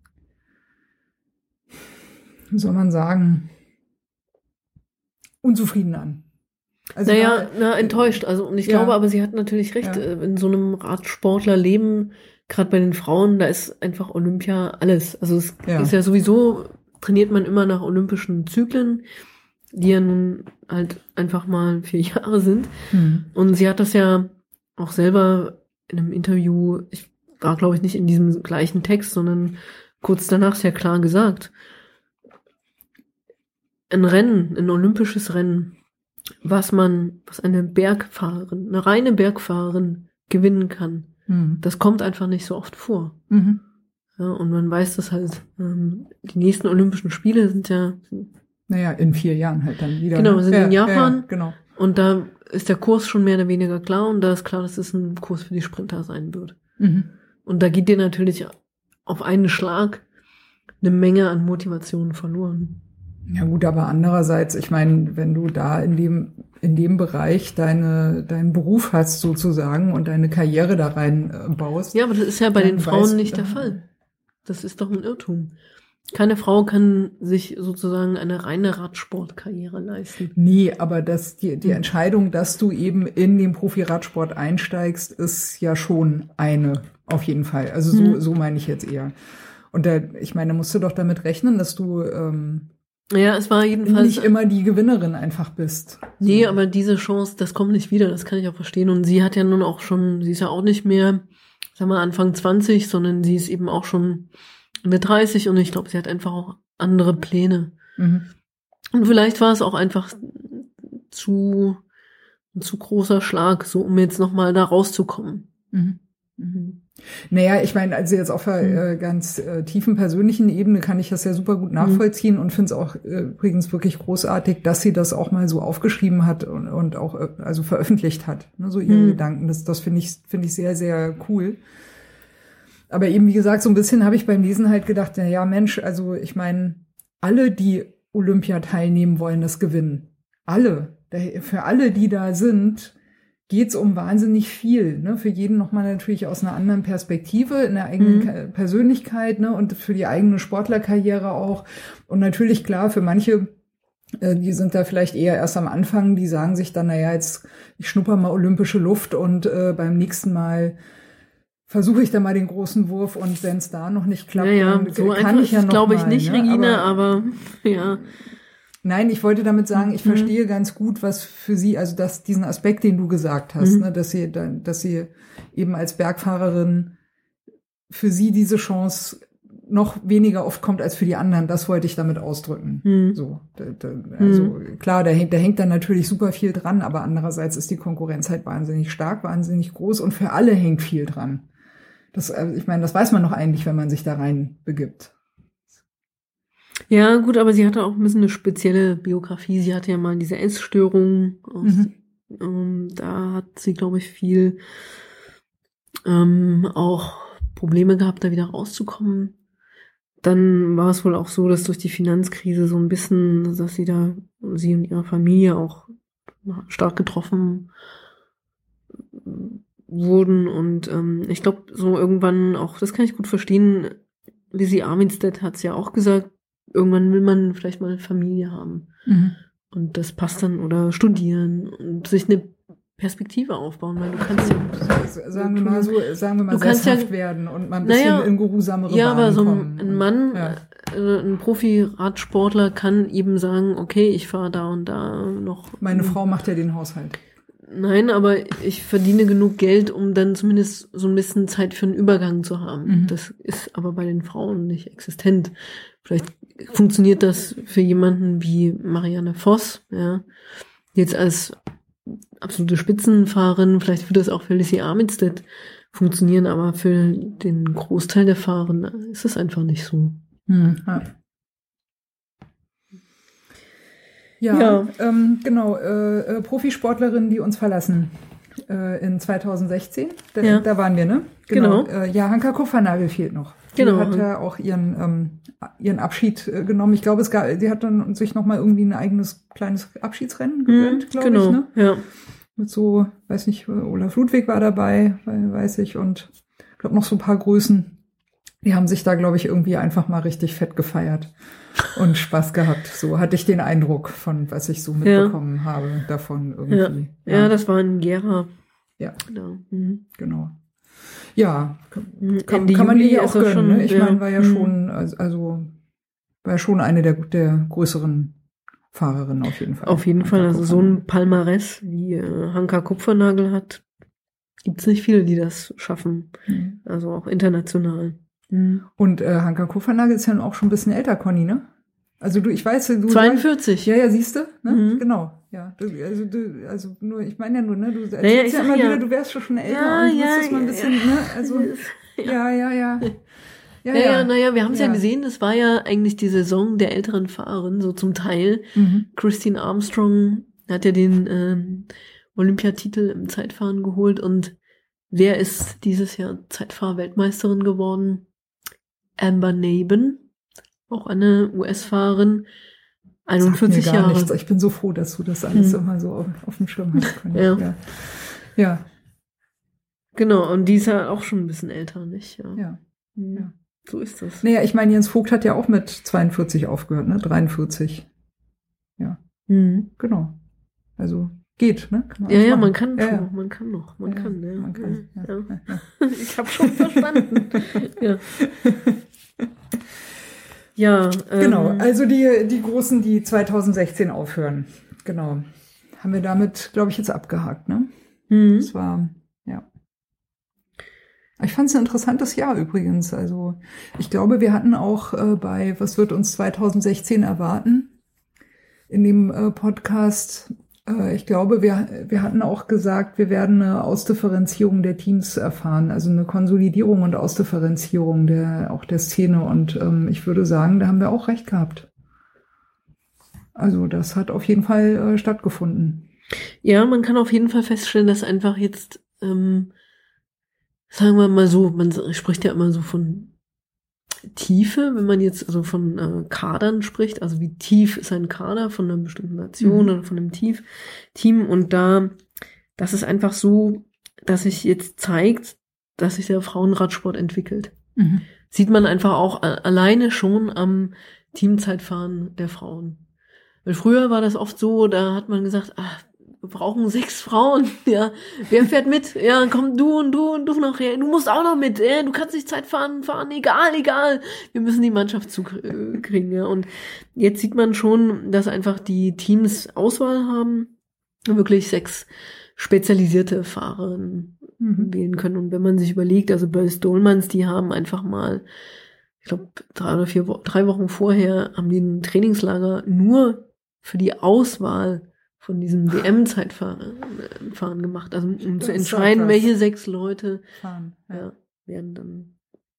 wie soll man sagen, unzufrieden an. Also naja, da, na, enttäuscht. Also, und ich ja. glaube, aber sie hat natürlich recht, ja. in so einem Radsportlerleben, gerade bei den Frauen, da ist einfach Olympia alles. Also es ja. ist ja sowieso, trainiert man immer nach olympischen Zyklen, die ja nun halt einfach mal vier Jahre sind. Mhm. Und sie hat das ja auch selber in einem Interview, ich war, glaube ich, nicht in diesem gleichen Text, sondern kurz danach sehr klar gesagt. Ein Rennen, ein olympisches Rennen, was man, was eine Bergfahrerin, eine reine Bergfahrerin gewinnen kann, mhm. das kommt einfach nicht so oft vor. Mhm. Ja, und man weiß das halt, ähm, die nächsten Olympischen Spiele sind ja... Naja, in vier Jahren halt dann wieder. Genau, wir sind ja, in Japan. Ja, genau. Und da ist der Kurs schon mehr oder weniger klar und da ist klar, dass es ein Kurs für die Sprinter sein wird. Mhm. Und da geht dir natürlich auf einen Schlag eine Menge an Motivation verloren. Ja gut, aber andererseits, ich meine, wenn du da in dem in dem Bereich deine deinen Beruf hast sozusagen und deine Karriere da rein äh, baust. Ja, aber das ist ja bei den Frauen weißt, nicht der Fall. Das ist doch ein Irrtum. Keine Frau kann sich sozusagen eine reine Radsportkarriere leisten. Nee, aber das die die Entscheidung, dass du eben in den Profi-Radsport einsteigst, ist ja schon eine, auf jeden Fall. Also so hm. so meine ich jetzt eher. Und da, ich meine, da musst du doch damit rechnen, dass du ähm, ja, es war jedenfalls nicht immer die Gewinnerin einfach bist. Nee, so. Aber diese Chance, das kommt nicht wieder, das kann ich auch verstehen. Und sie hat ja nun auch schon, sie ist ja auch nicht mehr, sag mal, Anfang zwanzig, sondern sie ist eben auch schon mit dreißig und ich glaube, sie hat einfach auch andere Pläne. Mhm. Und vielleicht war es auch einfach zu, ein zu großer Schlag, so um jetzt nochmal da rauszukommen. Mhm. Mhm. Naja, ich meine, also jetzt auf einer äh, ganz äh, tiefen persönlichen Ebene kann ich das ja super gut nachvollziehen mhm. und finde es auch äh, übrigens wirklich großartig, dass sie das auch mal so aufgeschrieben hat und, und auch äh, also veröffentlicht hat, ne, so ihre mhm. Gedanken. Das, das finde ich finde ich sehr, sehr cool. Aber eben, wie gesagt, so ein bisschen habe ich beim Lesen halt gedacht, na ja, Mensch, also ich meine, alle, die Olympia teilnehmen wollen, das gewinnen. Alle. Für alle, die da sind, geht's um wahnsinnig viel, ne? Für jeden nochmal natürlich aus einer anderen Perspektive, in der eigenen mhm. Persönlichkeit, ne? Und für die eigene Sportlerkarriere auch. Und natürlich klar, für manche Äh, die sind da vielleicht eher erst am Anfang, die sagen sich dann, naja, jetzt ich schnupper mal olympische Luft und äh, beim nächsten Mal versuche ich da mal den großen Wurf und wenn es da noch nicht klappt, ja, ja, dann so kann ich ja noch glaube ich mal, nicht, ne? Regina, aber, aber ja. Nein, ich wollte damit sagen, ich mhm. verstehe ganz gut, was für sie, also dass diesen Aspekt, den du gesagt hast, mhm. ne, dass sie, dass sie eben als Bergfahrerin für sie diese Chance noch weniger oft kommt als für die anderen. Das wollte ich damit ausdrücken. Mhm. So, da, da, also mhm. klar, da hängt, da hängt dann natürlich super viel dran, aber andererseits ist die Konkurrenz halt wahnsinnig stark, wahnsinnig groß und für alle hängt viel dran. Das, ich meine, das weiß man doch eigentlich, wenn man sich da rein begibt. Ja, gut, aber sie hatte auch ein bisschen eine spezielle Biografie. Sie hatte ja mal diese Essstörung. Aus, mhm. ähm, da hat sie, glaube ich, viel ähm, auch Probleme gehabt, da wieder rauszukommen. Dann war es wohl auch so, dass durch die Finanzkrise so ein bisschen, dass sie da, sie und ihre Familie auch stark getroffen wurden. Und ähm, ich glaube, so irgendwann auch, das kann ich gut verstehen, Lizzie Armitstead hat es ja auch gesagt, irgendwann will man vielleicht mal eine Familie haben. Mhm. Und das passt dann, oder studieren und sich eine Perspektive aufbauen, weil du kannst ja, sagen wir mal so, sagen wir mal, sesshaft ja, werden und mal ein bisschen naja, in geruhsamere ja, Bahnen aber so kommen. ein Mann, ja. äh, ein Profi-Radsportler kann eben sagen, okay, ich fahre da und da noch. Meine Frau macht ja den Haushalt. Nein, aber ich verdiene genug Geld, um dann zumindest so ein bisschen Zeit für einen Übergang zu haben. Mhm. Das ist aber bei den Frauen nicht existent. Vielleicht funktioniert das für jemanden wie Marianne Vos, ja, jetzt als absolute Spitzenfahrerin, vielleicht würde das auch für Lizzie Armitstead funktionieren, aber für den Großteil der Fahrer ist es einfach nicht so. Hm, ja, ja, ja. Ähm, genau, äh, äh, Profisportlerinnen, die uns verlassen äh, in zwanzig sechzehn, da, ja. da waren wir, ne? Genau. genau. Äh, ja, Hanka Kupfernagel fehlt noch. Die genau. hat ja auch ihren ähm, ihren Abschied äh, genommen. Ich glaube, es gab, sie hat dann sich noch mal irgendwie ein eigenes kleines Abschiedsrennen gegönnt, glaube genau. ich. Ne? Ja. Mit so, weiß nicht, Olaf Ludwig war dabei, weiß ich, und ich glaube noch so ein paar Größen. Die haben sich da, glaube ich, irgendwie einfach mal richtig fett gefeiert und Spaß gehabt. So hatte ich den Eindruck von, was ich so mitbekommen ja. habe davon irgendwie. Ja, ja. ja das war ein Gera. Ja, genau. Mhm. genau. Ja, kann, kann man die ja auch gönnen. Schon, ne? Ich ja. meine, war ja schon, also war ja schon eine der, der größeren Fahrerinnen auf jeden Fall. Auf jeden Hanka Fall, also so ein Palmares wie äh, Hanka Kupfernagel hat, gibt's nicht viele, die das schaffen. Mhm. Also auch international. Mhm. Und äh, Hanka Kupfernagel ist ja auch schon ein bisschen älter, Conny, ne? Also du, ich weiß, du zweiundvierzig. Sagst, ja, ja, siehst du, ne? Mhm. Genau. Ja, du, also du, also nur, ich meine ja nur, ne? Du erzählst naja, ja immer ja. wieder, du wärst schon schon älter ja, und ja, das mal ein bisschen, ja. ne? Also ja, ja, ja. Ja, naja, ja. naja, wir haben es ja. ja gesehen, es war ja eigentlich die Saison der älteren Fahrerinnen, so zum Teil. Mhm. Christine Armstrong hat ja den ähm, Olympiatitel im Zeitfahren geholt und wer ist dieses Jahr Zeitfahr-Weltmeisterin geworden? Amber Neben. Auch eine U S-Fahrerin, einundvierzig Sagt mir gar Jahre. Nichts. Ich bin so froh, dass du das alles hm. immer so auf, auf dem Schirm hast können. Ja. ja. Ja. Genau, und die ist ja auch schon ein bisschen älter, nicht? Ja. Ja. Hm. ja. So ist das. Naja, ich meine, Jens Vogt hat ja auch mit zweiundvierzig aufgehört, ne? dreiundvierzig. Ja. Hm. Genau. Also geht, ne? Kann man ja, ja, machen. man kann ja, ja. man kann noch, man ja, kann, ja. Man kann, ja. Ja. Ja. Ich habe schon verstanden. ja. Ja, ähm, genau. Also die die großen, die zwanzig sechzehn aufhören. Genau. Haben wir damit, glaube ich, jetzt abgehakt, ne? Mhm. Das war ja. Ich fand es ein interessantes Jahr übrigens. Also ich glaube, wir hatten auch äh, bei Was wird uns zwanzig sechzehn erwarten in dem äh, Podcast. Äh, ich glaube, wir wir hatten auch gesagt, wir werden eine Ausdifferenzierung der Teams erfahren, also eine Konsolidierung und Ausdifferenzierung der auch der Szene. Und ähm, ich würde sagen, da haben wir auch recht gehabt. Also das hat auf jeden Fall äh, stattgefunden. Ja, man kann auf jeden Fall feststellen, dass einfach jetzt ähm, sagen wir mal so, man spricht ja immer so von Tiefe, wenn man jetzt also von äh, Kadern spricht, also wie tief ist ein Kader von einer bestimmten Nation mhm. oder von einem Tief, Team und da, das ist einfach so, dass sich jetzt zeigt, dass sich der Frauenradsport entwickelt. Mhm. Sieht man einfach auch a- alleine schon am Teamzeitfahren der Frauen. Weil früher war das oft so, da hat man gesagt, ach, wir brauchen sechs Frauen, ja, wer fährt mit? Ja, komm, du und du und du noch, ja, du musst auch noch mit, ja, du kannst nicht Zeit fahren, fahren, egal, egal, wir müssen die Mannschaft zukriegen, ja, und jetzt sieht man schon, dass einfach die Teams Auswahl haben, wirklich sechs spezialisierte Fahrerinnen mhm. wählen können, und wenn man sich überlegt, also bei Stolmans, die haben einfach mal, ich glaube, drei oder vier, Wo- drei Wochen vorher haben die ein Trainingslager nur für die Auswahl von diesem W M-Zeitfahren Fahren gemacht, also um das zu entscheiden, welche sechs Leute fahren, ja. Ja, werden dann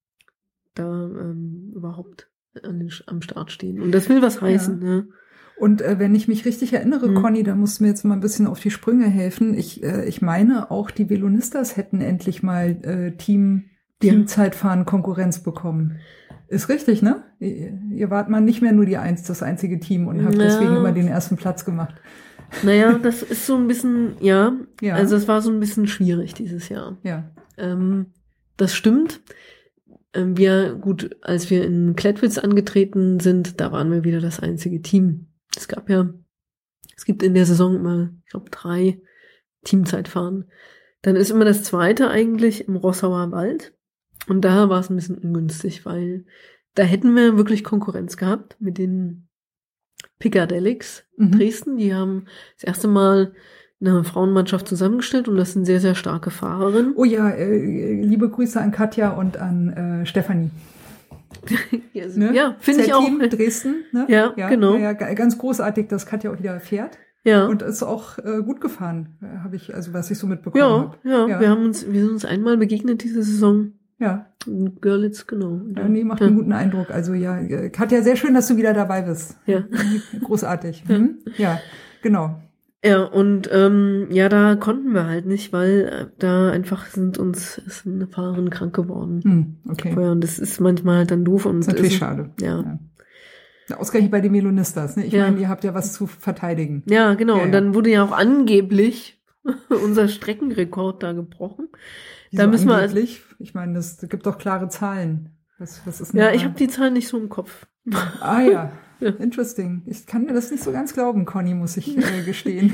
da ähm, überhaupt an den, am Start stehen. Und das will was heißen. Ja. Ne? Und äh, wenn ich mich richtig erinnere, mhm. Conny, da musst du mir jetzt mal ein bisschen auf die Sprünge helfen. Ich, äh, ich meine, auch die Velonistas hätten endlich mal äh, Team, Teamzeitfahren Konkurrenz bekommen. Ist richtig, ne? Ihr, ihr wart mal nicht mehr nur die eins, das einzige Team und habt ja. deswegen immer den ersten Platz gemacht. Naja, das ist so ein bisschen, ja, ja, also es war so ein bisschen schwierig dieses Jahr. Ja. Ähm, das stimmt. Ähm, wir, gut, als wir in Klettwitz angetreten sind, da waren wir wieder das einzige Team. Es gab ja, es gibt in der Saison immer, ich glaube, drei Teamzeitfahren. Dann ist immer das zweite eigentlich im Rossauer Wald. Und da war es ein bisschen ungünstig, weil da hätten wir wirklich Konkurrenz gehabt mit den Piccadillics mhm. Dresden. Die haben das erste Mal eine Frauenmannschaft zusammengestellt, und das sind sehr, sehr starke Fahrerinnen. Oh ja, äh, liebe Grüße an Katja und an äh, Stefanie. ja, ne? Ja, finde ich auch. Team Dresden, ne? Ja, ja, genau. Ja, ja, ganz großartig, dass Katja auch wieder fährt. Ja. Und ist auch äh, gut gefahren, habe ich, also was ich so mitbekommen ja, habe. Ja, ja, wir haben uns, wir sind uns einmal begegnet diese Saison. Ja. In Görlitz, genau. Ja, nee, macht ja. einen guten Eindruck. Also ja, Katja, sehr schön, dass du wieder dabei bist. Ja. Großartig. Hm? Ja, genau. Ja, und ähm, ja, da konnten wir halt nicht, weil da einfach sind uns ist eine Fahrerin krank geworden. Hm, okay. Vorher, und das ist manchmal halt dann doof. Und das ist natürlich ist, schade. Ja. ja. Ausgerechnet bei den Velonistas, ne? Ich ja. meine, ihr habt ja was zu verteidigen. Ja, genau. Ja, und dann wurde ja auch angeblich unser Streckenrekord da gebrochen. Wieso da müssen angeblich? wir also, ich meine, das gibt doch klare Zahlen. Was, was ist denn ja, da? ich habe die Zahlen nicht so im Kopf. Ah ja. Ja. Interesting. Ich kann mir das nicht so ganz glauben, Conny, muss ich äh, gestehen.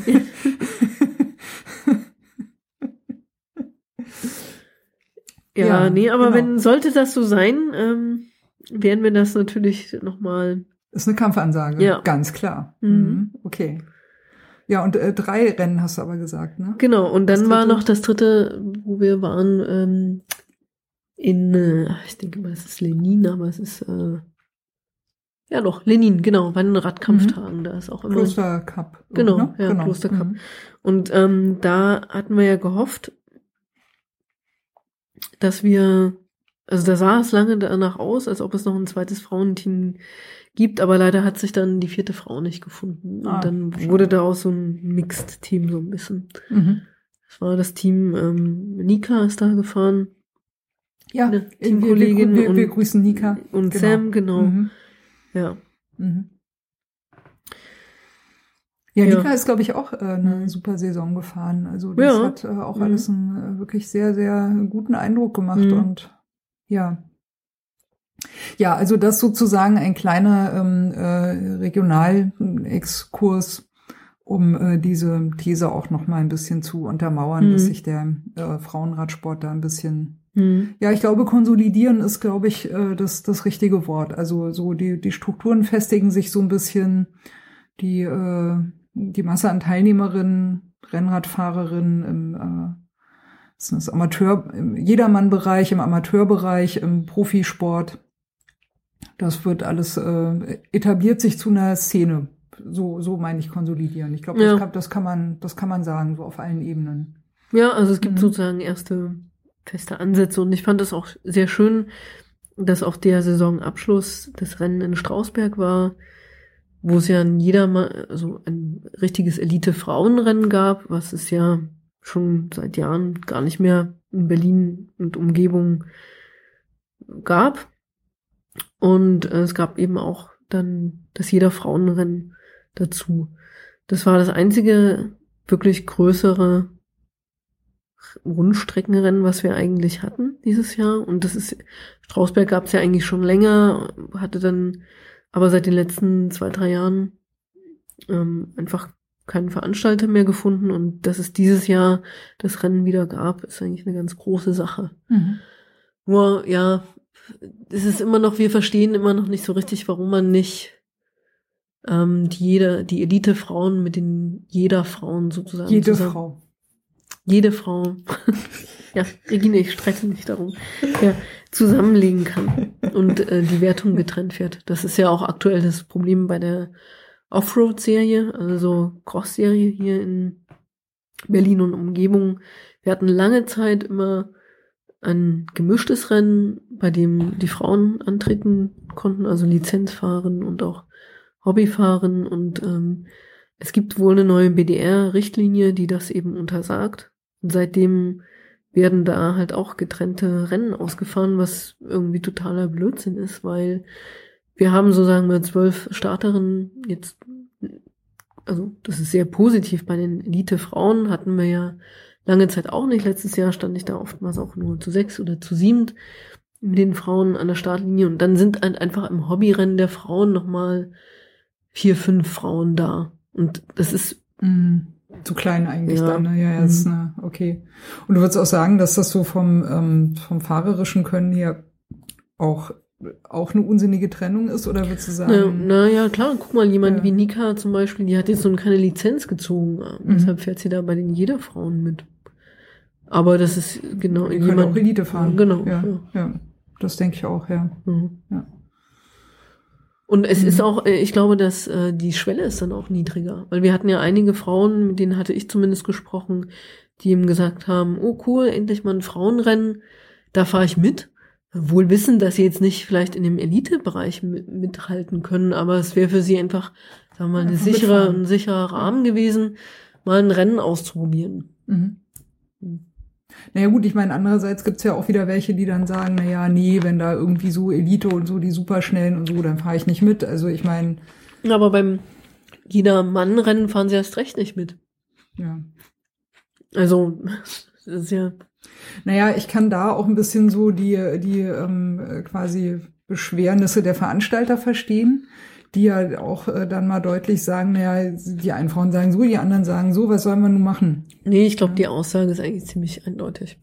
ja, ja, nee, aber genau. wenn, sollte das so sein, ähm, werden wir das natürlich nochmal. Ist eine Kampfansage. Ja. Ganz klar. Mhm. Mhm. Okay. Ja, und äh, drei Rennen hast du aber gesagt, ne? Genau, und dann war noch das dritte, wo wir waren, ähm, in, äh, ich denke mal, es ist Lenin, aber es ist, äh, ja doch, Lenin, genau, bei den Radkampftagen, mhm. da ist auch immer. Kloster Cup. Genau, ne? ja, genau. Kloster Cup. Mhm. Und ähm, da hatten wir ja gehofft, dass wir, also da sah es lange danach aus, als ob es noch ein zweites Frauenteam gibt, aber leider hat sich dann die vierte Frau nicht gefunden. Und ah, dann schade. wurde daraus so ein Mixed-Team so ein bisschen. Mhm. Das war das Team, ähm, Nika ist da gefahren. Ja, eine wir, Teamkollegin. wir, wir, und, wir grüßen Nika. Und genau. Sam, genau. Mhm. Ja. Mhm. Ja, Ja. Nika ist, glaube ich, auch äh, eine Mhm. super Saison gefahren. Also das Ja. hat äh, auch Mhm. alles einen äh, wirklich sehr, sehr guten Eindruck gemacht. Mhm. Und ja. Ja, also das sozusagen ein kleiner ähm, äh, Regionalexkurs, um äh, diese These auch noch mal ein bisschen zu untermauern, Mhm. dass sich der äh, Frauenradsport da ein bisschen, Mhm. ja, ich glaube, konsolidieren ist, glaube ich, äh, das das richtige Wort. Also so die die Strukturen festigen sich so ein bisschen, die äh, die Masse an Teilnehmerinnen, Rennradfahrerinnen im äh, das ist das Amateur, im Jedermann-Bereich, im Amateurbereich, im Profisport. Das wird alles äh, etabliert sich zu einer Szene. So, so meine ich konsolidieren. Ich glaube, Ja. das, kann, das kann man, das kann man sagen, so auf allen Ebenen. Ja, also es gibt Mhm. sozusagen erste feste Ansätze, und ich fand es auch sehr schön, dass auch der Saisonabschluss des Rennen in Strausberg war, wo es ja ein jedermann, also ein richtiges Elite-Frauenrennen gab, was es ja schon seit Jahren gar nicht mehr in Berlin und Umgebung gab. Und äh, es gab eben auch dann das jeder Frauenrennen dazu. Das war das einzige wirklich größere Rundstreckenrennen, was wir eigentlich hatten dieses Jahr. Und das ist, Strausberg gab es ja eigentlich schon länger, hatte dann aber seit den letzten zwei, drei Jahren ähm, einfach keinen Veranstalter mehr gefunden und dass es dieses Jahr das Rennen wieder gab, ist eigentlich eine ganz große Sache. Mhm. Nur, ja, es ist immer noch, wir verstehen immer noch nicht so richtig, warum man nicht ähm, die jede, die Elite-Frauen mit den jeder Frauen sozusagen Jede zusammen, Frau. Jede Frau, ja, Regine, ich streite mich darum, ja, zusammenlegen kann und äh, die Wertung getrennt wird. Das ist ja auch aktuell das Problem bei der Offroad-Serie, also Cross-Serie hier in Berlin und Umgebung. Wir hatten lange Zeit immer ein gemischtes Rennen, bei dem die Frauen antreten konnten, also Lizenzfahren und auch Hobbyfahren. Und ähm, es gibt wohl eine neue B D R-Richtlinie, die das eben untersagt. Und seitdem werden da halt auch getrennte Rennen ausgefahren, was irgendwie totaler Blödsinn ist, weil wir haben so, sagen wir, zwölf Starterinnen jetzt, also das ist sehr positiv. Bei den Elite-Frauen hatten wir ja lange Zeit auch nicht. Letztes Jahr stand ich da oftmals auch nur zu sechs oder zu sieben mit den Frauen an der Startlinie. Und dann sind halt einfach im Hobbyrennen der Frauen nochmal vier, fünf Frauen da. Und das ist Mhm. Zu klein eigentlich ja. dann, ne? Ja, ja, Mhm. ist, ne, okay. Und du würdest auch sagen, dass das so vom, ähm, vom fahrerischen Können her auch, auch eine unsinnige Trennung ist, oder würdest du Na, sagen? na ja, klar, guck mal, jemand Ja. wie Nika zum Beispiel, die hat jetzt so keine Lizenz gezogen. Mhm. Deshalb fährt sie da bei den Jeder-Frauen mit. Aber das ist genau Die können jemand. auch Elite fahren. Genau. Ja, Ja. ja. Das denke ich auch, ja. Mhm. Ja. Und es Mhm. ist auch, äh, ich glaube, dass äh, die Schwelle ist dann auch niedriger. Weil wir hatten ja einige Frauen, mit denen hatte ich zumindest gesprochen, die ihm gesagt haben, oh cool, endlich mal ein Frauenrennen, da fahre ich mit. Wohl wissen, dass sie jetzt nicht vielleicht in dem Elite-Bereich mit, mithalten können, aber es wäre für sie einfach, sagen wir mal, eine Einfach sichere, mitfahren. ein sicherer Rahmen gewesen, mal ein Rennen auszuprobieren. Mhm. Naja gut, ich meine, andererseits gibt's ja auch wieder welche, die dann sagen, na ja, nee, wenn da irgendwie so Elite und so, die Superschnellen und so, dann fahre ich nicht mit. Also ich meine, Aber beim Jeder-Mann-Rennen fahren sie erst recht nicht mit. ja. Also, das ist ja, Naja, ich kann da auch ein bisschen so die, die ähm, quasi Beschwernisse der Veranstalter verstehen, die ja auch äh, dann mal deutlich sagen, naja, die einen Frauen sagen so, die anderen sagen so, was sollen wir nun machen? nee, ich glaube, die Aussage ist eigentlich ziemlich eindeutig.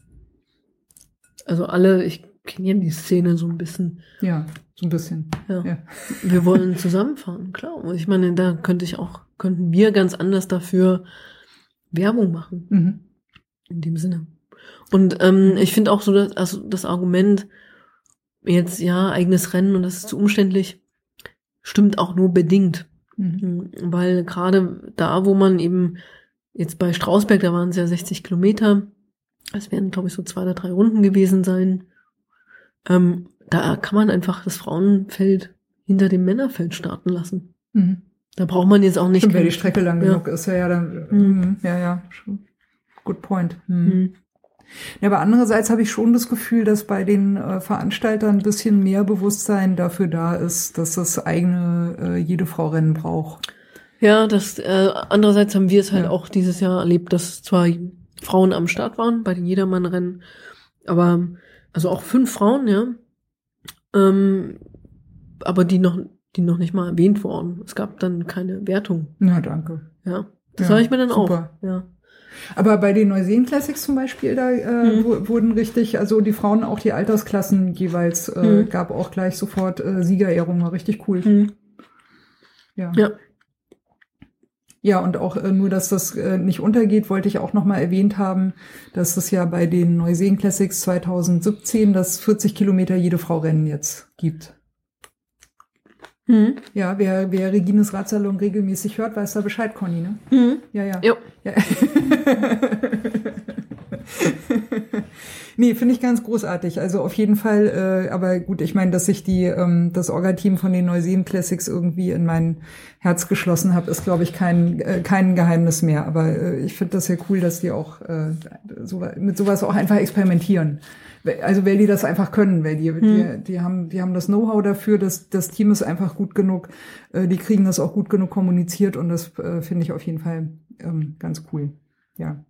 Also alle, ich kenne ja die Szene so ein bisschen. Ja, so ein bisschen. Ja. Ja. Wir wollen zusammenfahren, klar. Und ich meine, da könnte ich auch, könnten wir ganz anders dafür Werbung machen. Mhm. In dem Sinne. Und ähm, ich finde auch so, dass, also das Argument, jetzt ja, eigenes Rennen und das ist zu umständlich, stimmt auch nur bedingt. Mhm. Weil gerade da, wo man eben, jetzt bei Strausberg, da waren es ja sechzig Kilometer, es werden, glaube ich, so zwei oder drei Runden gewesen sein, ähm, da kann man einfach das Frauenfeld hinter dem Männerfeld starten lassen. Mhm. Da braucht man jetzt auch nicht... Stimmt, wenn die Strecke lang Ja. genug ist, ja, ja, dann, Mhm. mhm. ja, ja, good point. Mhm. Mhm. Ja, aber andererseits habe ich schon das Gefühl, dass bei den äh, Veranstaltern ein bisschen mehr Bewusstsein dafür da ist, dass das eigene äh, jede Frau Rennen braucht. Ja, das äh, andererseits haben wir es halt Ja. auch dieses Jahr erlebt, dass zwar Frauen am Start waren bei den Jedermann-Rennen, aber also auch fünf Frauen, ja, ähm, aber die noch die noch nicht mal erwähnt wurden. Es gab dann keine Wertung. Na, danke. Ja, das Ja, sage ich mir dann super. auch. Ja. Aber bei den Neuseen Classics zum Beispiel, da äh, Mhm. wu- wurden richtig, also die Frauen auch die Altersklassen jeweils, äh, Mhm. gab auch gleich sofort äh, Siegerehrungen, war richtig cool. Mhm. Ja. Ja. Ja, und auch äh, nur, dass das äh, nicht untergeht, wollte ich auch nochmal erwähnt haben, dass es ja bei den Neuseen Classics zwanzig siebzehn das vierzig Kilometer jede Frau Rennen jetzt gibt. Mhm. Ja, wer, wer Regines Radsalon regelmäßig hört, weiß da Bescheid, Conny, ne? Mhm. Ja, ja. Jo. Ja. Nee, finde ich ganz großartig. Also auf jeden Fall, äh, aber gut, ich meine, dass ich die ähm, das Orga-Team von den Neuseen Classics irgendwie in mein Herz geschlossen habe, ist, glaube ich, kein äh, kein Geheimnis mehr. Aber äh, ich finde das ja cool, dass die auch äh, so, mit sowas auch einfach experimentieren. Also weil die das einfach können, weil die, Hm. die, die haben, die haben das Know-how dafür, dass das Team ist einfach gut genug, äh, die kriegen das auch gut genug kommuniziert und das äh, finde ich auf jeden Fall ähm, ganz cool. Ja.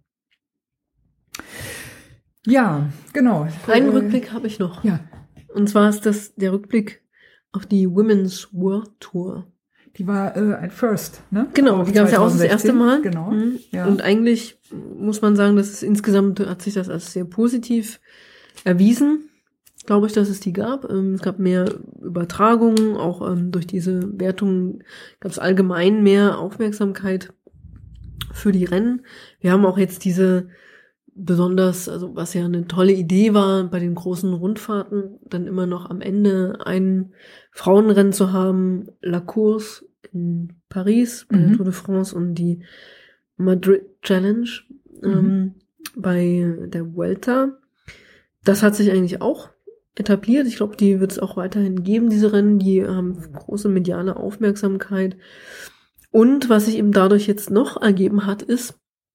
Ja, genau. Einen äh, Rückblick habe ich noch. Ja. Und zwar ist das der Rückblick auf die Women's World Tour. Die war äh, ein First, ne? Genau, die gab es ja auch das erste Mal. Genau. Mhm. Ja. Und eigentlich muss man sagen, dass es insgesamt hat sich das als sehr positiv erwiesen, glaube ich, dass es die gab. Ähm, es gab mehr Übertragungen, auch ähm, durch diese Wertungen gab es allgemein mehr Aufmerksamkeit für die Rennen. Wir haben auch jetzt diese besonders, also was ja eine tolle Idee war, bei den großen Rundfahrten dann immer noch am Ende ein Frauenrennen zu haben, La Course in Paris bei Mhm. der Tour de France und die Madrid Challenge Mhm. ähm, bei der Vuelta. Das hat sich eigentlich auch etabliert. Ich glaube, die wird es auch weiterhin geben, diese Rennen. Die haben große mediale Aufmerksamkeit. Und was sich eben dadurch jetzt noch ergeben hat, ist,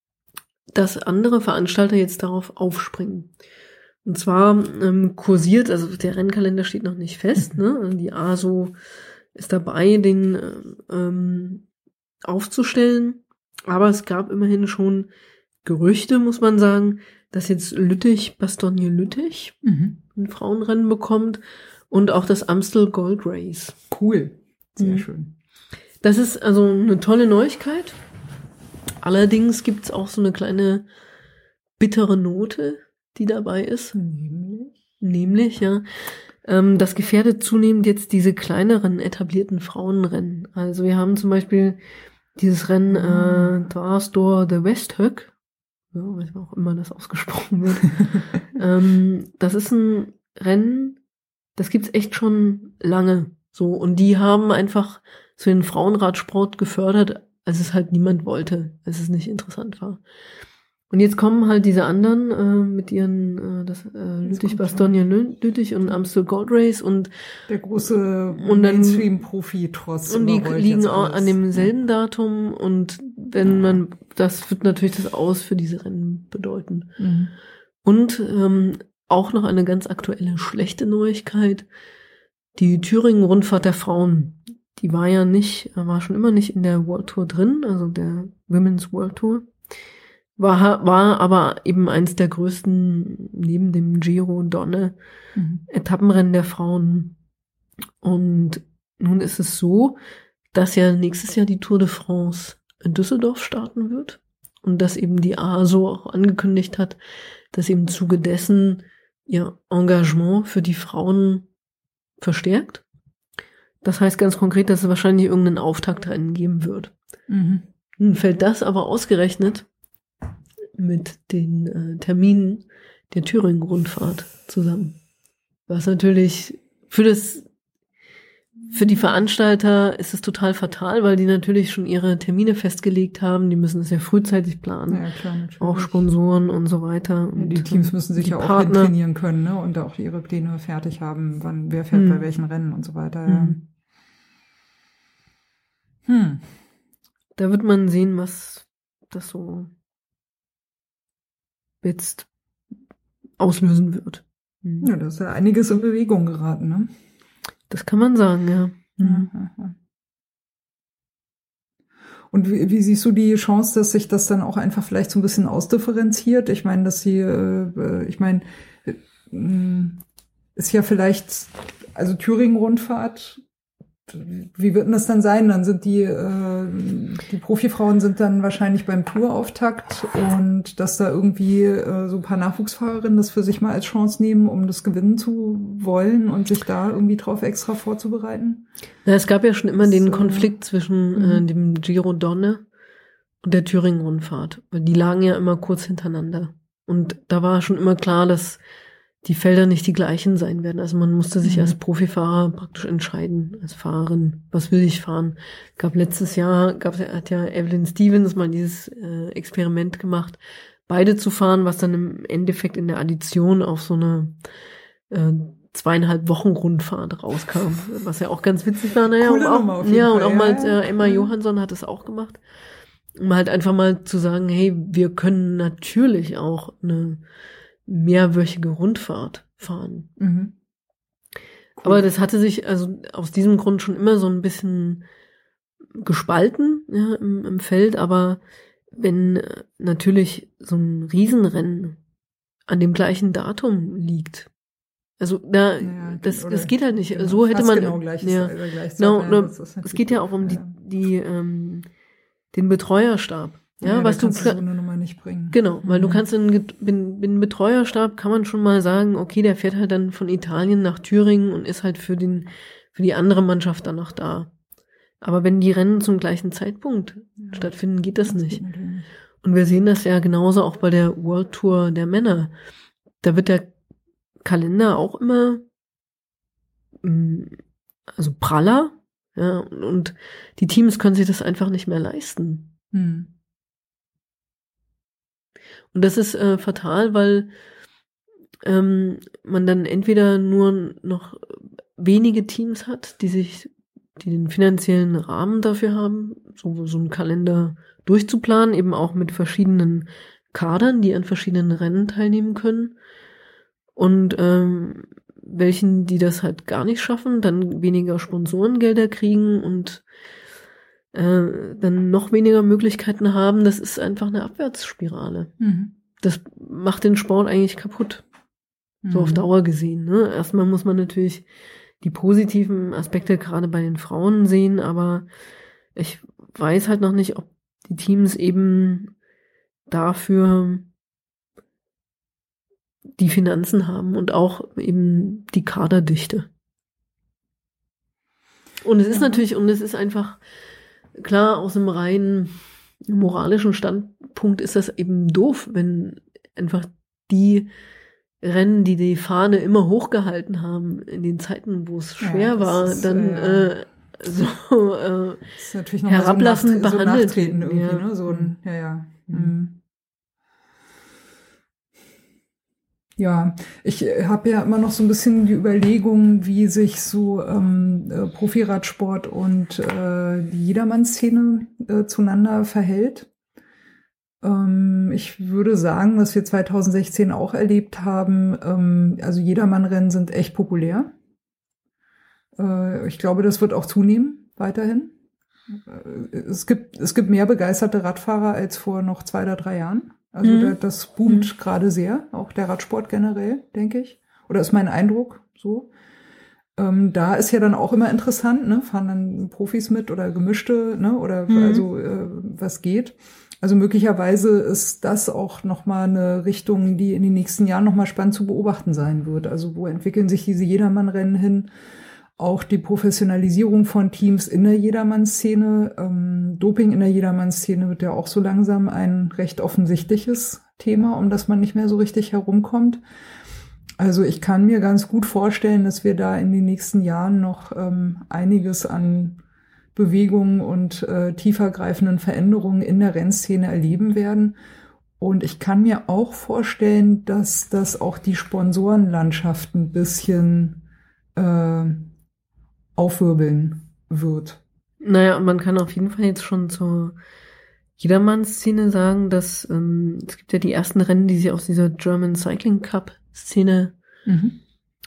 dass andere Veranstalter jetzt darauf aufspringen. Und zwar ähm, kursiert, also der Rennkalender steht noch nicht fest, ne? Also die A S O ist dabei, den ähm, aufzustellen. Aber es gab immerhin schon Gerüchte, muss man sagen, dass jetzt Lüttich, Bastogne Lüttich Mhm. ein Frauenrennen bekommt und auch das Amstel Gold Race. Cool. Sehr Mhm. schön. Das ist also eine tolle Neuigkeit. Allerdings gibt's auch so eine kleine bittere Note, die dabei ist. Nämlich? Nämlich, ja, ähm, das gefährdet zunehmend jetzt diese kleineren etablierten Frauenrennen. Also wir haben zum Beispiel dieses Rennen äh, Dwars door de Westhöck. Ja, weiß man auch immer das ausgesprochen wird. ähm, das ist ein Rennen, das gibt's echt schon lange. So, und die haben einfach so den Frauenradsport gefördert, als es halt niemand wollte, als es nicht interessant war. Und jetzt kommen halt diese anderen äh, mit ihren äh, das äh, Lüttich Bastogne Lüttich und Amstel Gold Race und der große und dann- Mainstream-Profi-Trotz. und die überrollt liegen jetzt auch alles. an demselben Datum und wenn man das wird natürlich das Aus für diese Rennen bedeuten. Mhm. Und ähm, auch noch eine ganz aktuelle schlechte Neuigkeit. Die Thüringen-Rundfahrt der Frauen, die war ja nicht, war schon immer nicht in der World Tour drin, also der Women's World Tour. War, war aber eben eins der größten, neben dem Giro Donne, Mhm. Etappenrennen der Frauen. Und nun ist es so, dass ja nächstes Jahr die Tour de France in Düsseldorf starten wird und dass eben die A S O auch angekündigt hat, dass im Zuge dessen ihr Engagement für die Frauen verstärkt. Das heißt ganz konkret, dass es wahrscheinlich irgendein Auftaktrennen geben wird. Mhm. Nun fällt das aber ausgerechnet mit den äh, Terminen der Thüringen-Rundfahrt zusammen. Was natürlich für das für die Veranstalter ist es total fatal, weil die natürlich schon ihre Termine festgelegt haben. Die müssen es ja frühzeitig planen. Ja, klar, natürlich. Auch Sponsoren und so weiter. Ja, Und die Teams müssen sich die ja auch Partner. trainieren können, ne? Und auch ihre Pläne fertig haben, wann wer fährt Hm. bei welchen Rennen und so weiter. Ja. Hm. Hm. Da wird man sehen, was das so jetzt auslösen wird. Hm. Ja, da ist ja einiges in Bewegung geraten, ne? Das kann man sagen, ja. Hm. Ja, ja, ja. Und wie, wie siehst du die Chance, dass sich das dann auch einfach vielleicht so ein bisschen ausdifferenziert? Ich meine, dass sie, äh, ich meine, äh, ist ja vielleicht, also Thüringen-Rundfahrt, wie wird denn das dann sein? Dann sind die, äh, die Profifrauen sind dann wahrscheinlich beim Tourauftakt und dass da irgendwie äh, so ein paar Nachwuchsfahrerinnen das für sich mal als Chance nehmen, um das gewinnen zu wollen und sich da irgendwie drauf extra vorzubereiten? Ja, es gab ja schon immer den So. Konflikt zwischen äh, Mhm. dem Giro Donne und der Thüringen-Rundfahrt. Weil die lagen ja immer kurz hintereinander. Und da war schon immer klar, dass die Felder nicht die gleichen sein werden. Also man musste sich Mhm. als Profifahrer praktisch entscheiden, als Fahrerin, was will ich fahren. Gab letztes Jahr, gab, hat ja Evelyn Stevens mal dieses äh, Experiment gemacht, beide zu fahren, was dann im Endeffekt in der Addition auf so eine äh, zweieinhalb Wochen Rundfahrt rauskam, was ja auch ganz witzig war. Naja, Coole und auch, Nummer auf jeden ja, und Fall, auch mal ja. äh, Emma Mhm. Johansson hat es auch gemacht, um halt einfach mal zu sagen, hey, wir können natürlich auch eine mehrwöchige Rundfahrt fahren. Mhm. Cool. Aber das hatte sich also aus diesem Grund schon immer so ein bisschen gespalten, ja, im, im Feld. Aber wenn äh, natürlich so ein Riesenrennen an dem gleichen Datum liegt, Also da, ja, das, das geht halt nicht. Genau, so hätte man. Genau gleiches, ja, äh, gleiches no, Zeit, no, das ist es geht ja auch um ja. die, die ähm, den Betreuerstab. Ja, ja was da du kannst du so eine Nummer nicht bringen. Genau, weil mhm. du kannst in, in, in Betreuerstab kann man schon mal sagen, okay, der fährt halt dann von Italien nach Thüringen und ist halt für den für die andere Mannschaft dann noch da. Aber wenn die Rennen zum gleichen Zeitpunkt ja, stattfinden, geht das, das nicht. Geht nicht. Und wir sehen das ja genauso auch bei der World Tour der Männer. Da wird der Kalender auch immer also praller, ja, und die Teams können sich das einfach nicht mehr leisten. Hm. Und das ist äh, fatal, weil ähm, man dann entweder nur noch wenige Teams hat, die sich, die den finanziellen Rahmen dafür haben, so, so einen Kalender durchzuplanen, eben auch mit verschiedenen Kadern, die an verschiedenen Rennen teilnehmen können. Und ähm, welchen, die das halt gar nicht schaffen, dann weniger Sponsorengelder kriegen und äh, dann noch weniger Möglichkeiten haben, das ist einfach eine Abwärtsspirale. Mhm. Das macht den Sport eigentlich kaputt. Mhm. So auf Dauer gesehen. Ne? Erstmal muss man natürlich die positiven Aspekte gerade bei den Frauen sehen, aber ich weiß halt noch nicht, ob die Teams eben dafür die Finanzen haben und auch eben die Kaderdichte. Und es ist ja. natürlich, und es ist einfach, klar, aus einem rein moralischen Standpunkt ist das eben doof, wenn einfach die Rennen, die die Fahne immer hochgehalten haben, in den Zeiten, wo es schwer ja, war, ist, dann äh, äh, so äh, ist natürlich noch herablassend so, nach, behandelt. So irgendwie, ja. ne? So ein, ja, ja. Mhm. Ja, ich habe ja immer noch so ein bisschen die Überlegung, wie sich so ähm, äh, Profiradsport und äh, die Jedermann-Szene äh, zueinander verhält. Ähm, ich würde sagen, was wir zwanzig sechzehn auch erlebt haben, ähm, also Jedermann-Rennen sind echt populär. Äh, ich glaube, das wird auch zunehmen, weiterhin. Äh, es gibt, es gibt mehr begeisterte Radfahrer als vor noch zwei oder drei Jahren. Also mhm. da, das boomt mhm. gerade sehr, auch der Radsport generell, denke ich. Oder ist mein Eindruck so. Ähm, da ist ja dann auch immer interessant, ne? Fahren dann Profis mit oder gemischte, ne? Oder mhm. also äh, was geht. Also möglicherweise ist das auch nochmal eine Richtung, die in den nächsten Jahren nochmal spannend zu beobachten sein wird. Also wo entwickeln sich diese Jedermann-Rennen hin? Auch die Professionalisierung von Teams in der Jedermann-Szene. Ähm, Doping in der Jedermann-Szene wird ja auch so langsam ein recht offensichtliches Thema, um das man nicht mehr so richtig herumkommt. Also ich kann mir ganz gut vorstellen, dass wir da in den nächsten Jahren noch ähm, einiges an Bewegungen und äh, tiefergreifenden Veränderungen in der Rennszene erleben werden. Und ich kann mir auch vorstellen, dass das auch die Sponsorenlandschaft ein bisschen äh, aufwirbeln wird. Naja, man kann auf jeden Fall jetzt schon zur Jedermann-Szene sagen, dass ähm, es gibt ja die ersten Rennen, die sie aus dieser German Cycling Cup-Szene mhm.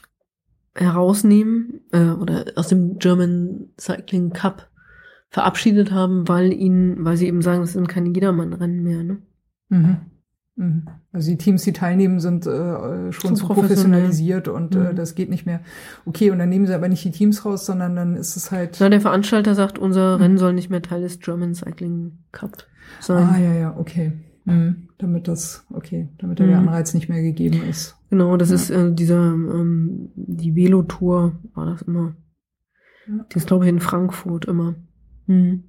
herausnehmen äh, oder aus dem German Cycling Cup verabschiedet haben, weil ihnen, weil sie eben sagen, es sind keine Jedermann-Rennen mehr, ne? Mhm. Mhm. Also die Teams, die teilnehmen, sind äh, schon zu professionalisiert und mhm. äh, das geht nicht mehr. Okay, und dann nehmen sie aber nicht die Teams raus, sondern dann ist es halt... Na, der Veranstalter sagt, unser mhm. Rennen soll nicht mehr Teil des German Cycling Cup sein. Ah, ja, ja, okay. Mhm. Damit das, okay, damit mhm. der Anreiz nicht mehr gegeben ist. Genau, das ja. ist äh, dieser, ähm, die Velo-Tour war das immer. Ja. Die ist, glaube ich, in Frankfurt immer. Mhm.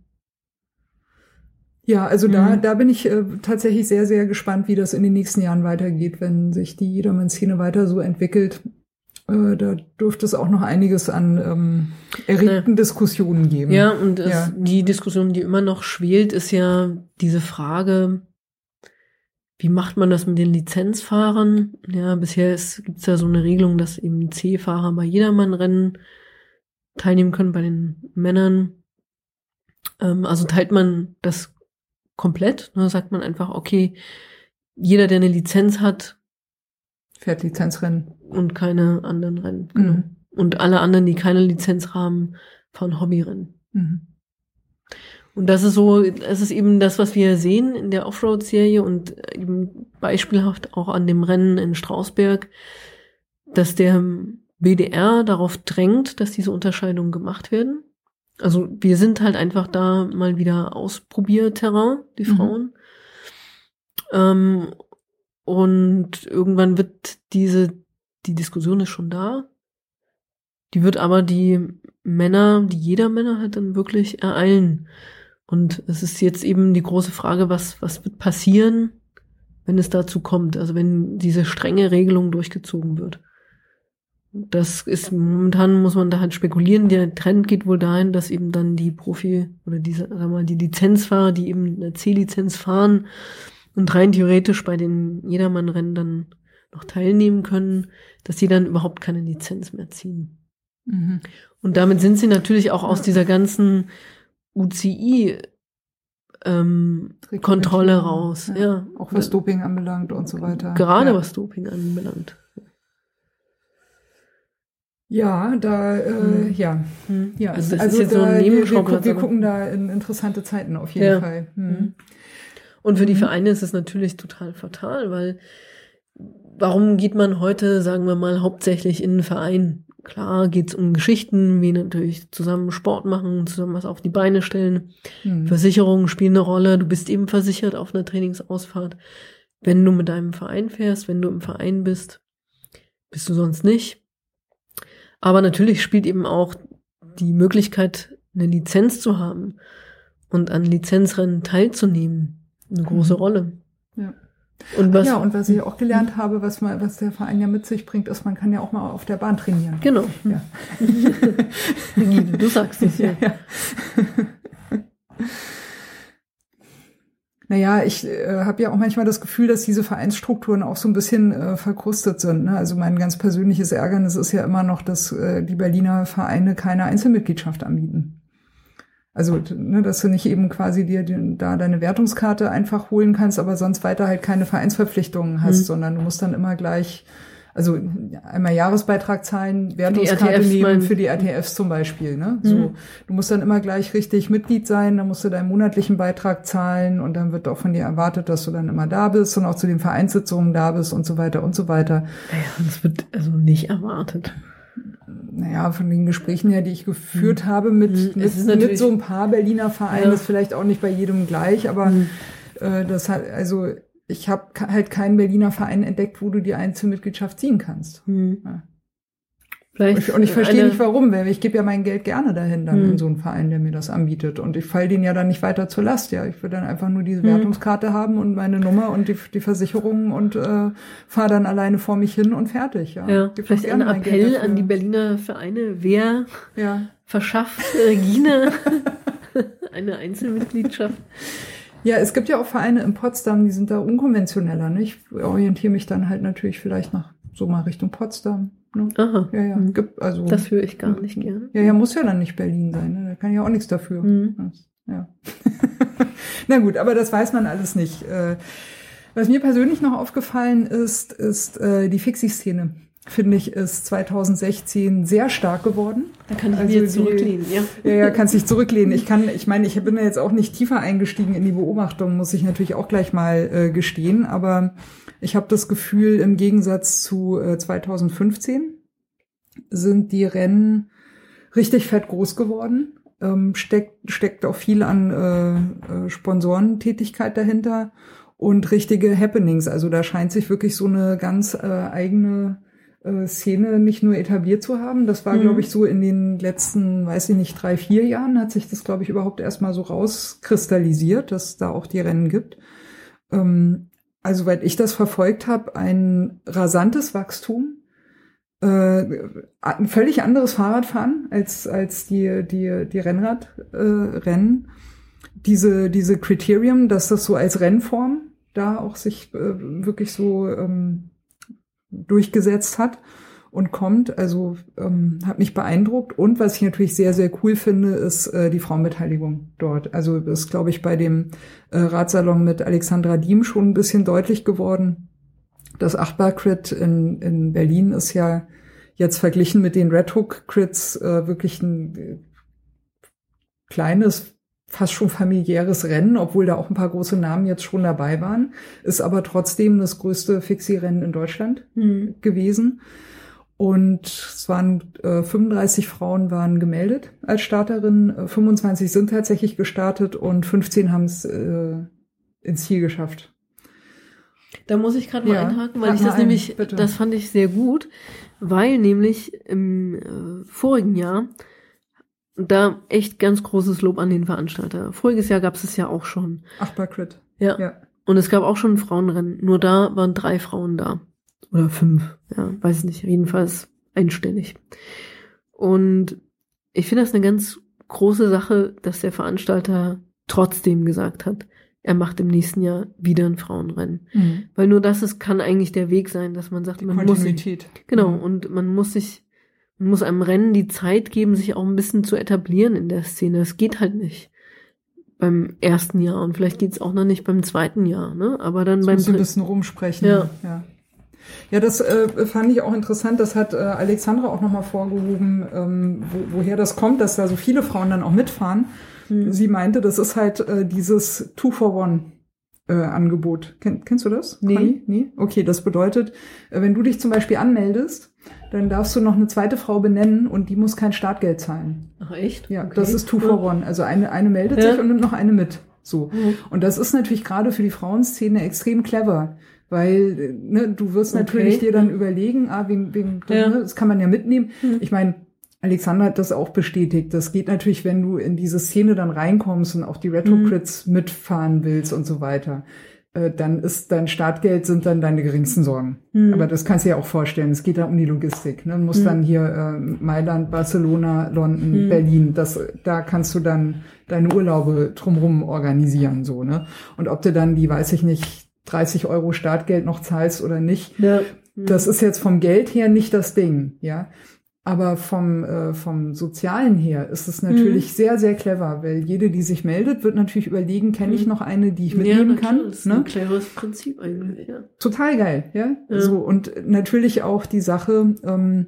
Ja, also da, mhm. da bin ich äh, tatsächlich sehr, sehr gespannt, wie das in den nächsten Jahren weitergeht, wenn sich die Jedermann-Szene weiter so entwickelt. Äh, da dürfte es auch noch einiges an ähm, erregten ja. Diskussionen geben. Ja, und es, ja. die Diskussion, die immer noch schwelt, ist ja diese Frage, wie macht man das mit den Lizenzfahrern? Ja, bisher gibt es ja so eine Regelung, dass eben C-Fahrer bei Jedermann-Rennen teilnehmen können, bei den Männern. Ähm, also teilt man das komplett, ne, sagt man einfach, okay, jeder, der eine Lizenz hat, fährt Lizenzrennen. Und keine anderen Rennen. Genau. Mhm. Und alle anderen, die keine Lizenz haben, fahren Hobbyrennen. Mhm. Und das ist so, es ist eben das, was wir sehen in der Offroad-Serie und eben beispielhaft auch an dem Rennen in Strausberg. dass der B D R darauf drängt, dass diese Unterscheidungen gemacht werden. Also wir sind halt einfach da mal wieder Ausprobierterrain, die Frauen. Mhm. Ähm, und irgendwann wird diese, die Diskussion ist schon da, die wird aber die Männer, die jeder Männer halt dann wirklich ereilen. Und es ist jetzt eben die große Frage, was, was wird passieren, wenn es dazu kommt, also wenn diese strenge Regelung durchgezogen wird. Das ist, momentan muss man da halt spekulieren, der Trend geht wohl dahin, dass eben dann die Profi- oder diese, sagen wir mal, die Lizenzfahrer, die eben eine C-Lizenz fahren und rein theoretisch bei den Jedermann-Rennen dann noch teilnehmen können, dass die dann überhaupt keine Lizenz mehr ziehen. Mhm. Und damit sind sie natürlich auch aus dieser ganzen U C I ähm, Kontrolle raus. Ja. ja. Auch was Doping anbelangt und so weiter. Gerade ja. was Doping anbelangt. Ja, da, äh, hm. ja. Hm. ja. Also, das also ist jetzt da, so ein Nebenschauplatz. Wir, wir gucken da in interessante Zeiten auf jeden ja. Fall. Hm. Und für die Vereine ist es natürlich total fatal, weil warum geht man heute, sagen wir mal, hauptsächlich in einen Verein? Klar geht's um Geschichten, wie natürlich zusammen Sport machen, zusammen was auf die Beine stellen. Hm. Versicherungen spielen eine Rolle. Du bist eben versichert auf einer Trainingsausfahrt. Wenn du mit deinem Verein fährst, wenn du im Verein bist, bist du sonst nicht. Aber natürlich spielt eben auch die Möglichkeit, eine Lizenz zu haben und an Lizenzrennen teilzunehmen, eine große mhm. Rolle. Ja. Und was, ja, und was ich auch gelernt habe, was man, was der Verein ja mit sich bringt, ist, man kann ja auch mal auf der Bahn trainieren. Genau. Ja. Du sagst es ja. ja. Naja, ich äh, habe ja auch manchmal das Gefühl, dass diese Vereinsstrukturen auch so ein bisschen äh, verkrustet sind. Ne? Also mein ganz persönliches Ärgernis ist ja immer noch, dass äh, die Berliner Vereine keine Einzelmitgliedschaft anbieten. Also, ne, dass du nicht eben quasi dir den, da deine Wertungskarte einfach holen kannst, aber sonst weiter halt keine Vereinsverpflichtungen hast, mhm. sondern du musst dann immer gleich, also einmal Jahresbeitrag zahlen, Wertungskarte nehmen mein, für die R T Fs zum Beispiel. Ne? Mhm. So, du musst dann immer gleich richtig Mitglied sein, dann musst du deinen monatlichen Beitrag zahlen und dann wird auch von dir erwartet, dass du dann immer da bist und auch zu den Vereinssitzungen da bist und so weiter und so weiter. Naja, das wird also nicht erwartet. Naja, von den Gesprächen her, die ich geführt mhm. habe mit, mit, mit so ein paar Berliner Vereinen, ja. ist vielleicht auch nicht bei jedem gleich, aber mhm. äh, das hat, also ich habe halt keinen Berliner Verein entdeckt, wo du die Einzelmitgliedschaft ziehen kannst. Mhm. Ja. Vielleicht und ich verstehe nicht warum, weil ich gebe ja mein Geld gerne dahin dann mhm. in so einen Verein, der mir das anbietet. Und ich falle den ja dann nicht weiter zur Last. Ja, ich will dann einfach nur diese mhm. Wertungskarte haben und meine Nummer und die, die Versicherung und äh, fahre dann alleine vor mich hin und fertig. Ja, ja vielleicht ein Appell an die Berliner Vereine. Wer ja. verschafft Regine eine Einzelmitgliedschaft? Ja, es gibt ja auch Vereine in Potsdam, die sind da unkonventioneller. Ne? Ich orientiere mich dann halt natürlich vielleicht nach so mal Richtung Potsdam. Ne? Aha. Ja, ja. Gibt, also, das höre ich gar nicht gerne. Ja, ja, muss ja dann nicht Berlin sein. Ne? Da kann ja auch nichts dafür. Mhm. Das, ja. Na gut, aber das weiß man alles nicht. Was mir persönlich noch aufgefallen ist, ist die Fixie-Szene. Finde ich, ist zwanzig sechzehn sehr stark geworden. Da kann ich also mich jetzt zurücklehnen, ja. Ja, ja, kannst dich zurücklehnen. Ich kann, ich meine, ich bin ja jetzt auch nicht tiefer eingestiegen in die Beobachtung, muss ich natürlich auch gleich mal äh, gestehen, aber ich habe das Gefühl, im Gegensatz zu äh, zwanzig fünfzehn sind die Rennen richtig fett groß geworden. Ähm, steckt, steckt auch viel an äh, äh, Sponsorentätigkeit dahinter und richtige Happenings. Also da scheint sich wirklich so eine ganz äh, eigene Szene nicht nur etabliert zu haben. Das war, mhm. glaube ich, so in den letzten, weiß ich nicht, drei, vier Jahren hat sich das, glaube ich, überhaupt erstmal so rauskristallisiert, dass da auch die Rennen gibt. Ähm, also, weil ich das verfolgt habe, ein rasantes Wachstum, äh, ein völlig anderes Fahrradfahren als als die die die Rennradrennen. Äh, diese diese Kriterium, dass das so als Rennform da auch sich äh, wirklich so ähm, durchgesetzt hat und kommt, also ähm, hat mich beeindruckt. Und was ich natürlich sehr, sehr cool finde, ist äh, die Frauenbeteiligung dort. Also das ist, glaube ich, bei dem äh, Radsalon mit Alexandra Diem schon ein bisschen deutlich geworden. Das Achtbar-Crit in, in Berlin ist ja jetzt verglichen mit den Red Hook-Crits äh, wirklich ein äh, kleines, fast schon familiäres Rennen, obwohl da auch ein paar große Namen jetzt schon dabei waren, ist aber trotzdem das größte Fixie-Rennen in Deutschland mhm. gewesen. Und es waren äh, fünfunddreißig Frauen waren gemeldet als Starterin, äh, fünfundzwanzig sind tatsächlich gestartet und fünfzehn haben es äh, ins Ziel geschafft. Da muss ich gerade mal Ja, einhaken, weil hak ich mal das ein, nämlich, bitte. das fand ich sehr gut, weil nämlich im äh, vorigen Jahr da echt ganz großes Lob an den Veranstalter. Voriges Jahr gab es es ja auch schon. Achtbar Crit. Ja. Ja. Und es gab auch schon ein Frauenrennen. Nur da waren drei Frauen da. Oder fünf. Ja, weiß nicht. Jedenfalls einstellig. Und ich finde das eine ganz große Sache, dass der Veranstalter trotzdem gesagt hat, er macht im nächsten Jahr wieder ein Frauenrennen. Mhm. Weil nur das ist, kann eigentlich der Weg sein, dass man sagt, Die man muss, Kontinuität. genau, Mhm. und man muss sich, man muss einem Rennen die Zeit geben, sich auch ein bisschen zu etablieren in der Szene. Es geht halt nicht beim ersten Jahr und vielleicht geht's auch noch nicht beim zweiten Jahr, ne? Aber dann Das beim musst du ein dritten. bisschen rumsprechen. Ja. Ja, ja das äh, fand ich auch interessant. Das hat äh, Alexandra auch nochmal vorgehoben, ähm, wo, woher das kommt, dass da so viele Frauen dann auch mitfahren. Hm. Sie meinte, das ist halt äh, dieses Two for One äh, Angebot. Ken, kennst du das? Nee. Conny? Nee? Okay, das bedeutet, äh, wenn du dich zum Beispiel anmeldest, dann darfst du noch eine zweite Frau benennen und die muss kein Startgeld zahlen. Ach echt? Ja, Okay. das ist Two for One. Also eine, eine meldet Ja. sich und nimmt noch eine mit. So. Mhm. Und das ist natürlich gerade für die Frauenszene extrem clever, weil ne, du wirst Okay. natürlich dir dann überlegen, ah, wegen, wegen, Ja. ne, das kann man ja mitnehmen. Mhm. Ich meine, Alexander hat das auch bestätigt. Das geht natürlich, wenn du in diese Szene dann reinkommst und auch die Retro-Crits Mhm. mitfahren willst und so weiter. Äh, dann ist dein Startgeld sind dann deine geringsten Sorgen. Mhm. Aber das kannst du dir auch vorstellen. Es geht da um die Logistik. Ne? Du musst Mhm. dann hier äh, Mailand, Barcelona, London, Mhm. Berlin. Das, da kannst du dann deine Urlaube drumherum organisieren. So, ne? Und ob du dann die, weiß ich nicht, dreißig Euro Startgeld noch zahlst oder nicht, Ja. Mhm. das ist jetzt vom Geld her nicht das Ding. Ja. Aber vom, äh, vom Sozialen her ist es natürlich Mhm. sehr, sehr clever, weil jede, die sich meldet, wird natürlich überlegen, kenne ich Mhm. noch eine, die ich Ja, mitnehmen natürlich. kann. Das ist Ne? ein cleveres Prinzip eigentlich, ja. Total geil, ja. Ja. So, und natürlich auch die Sache, ähm,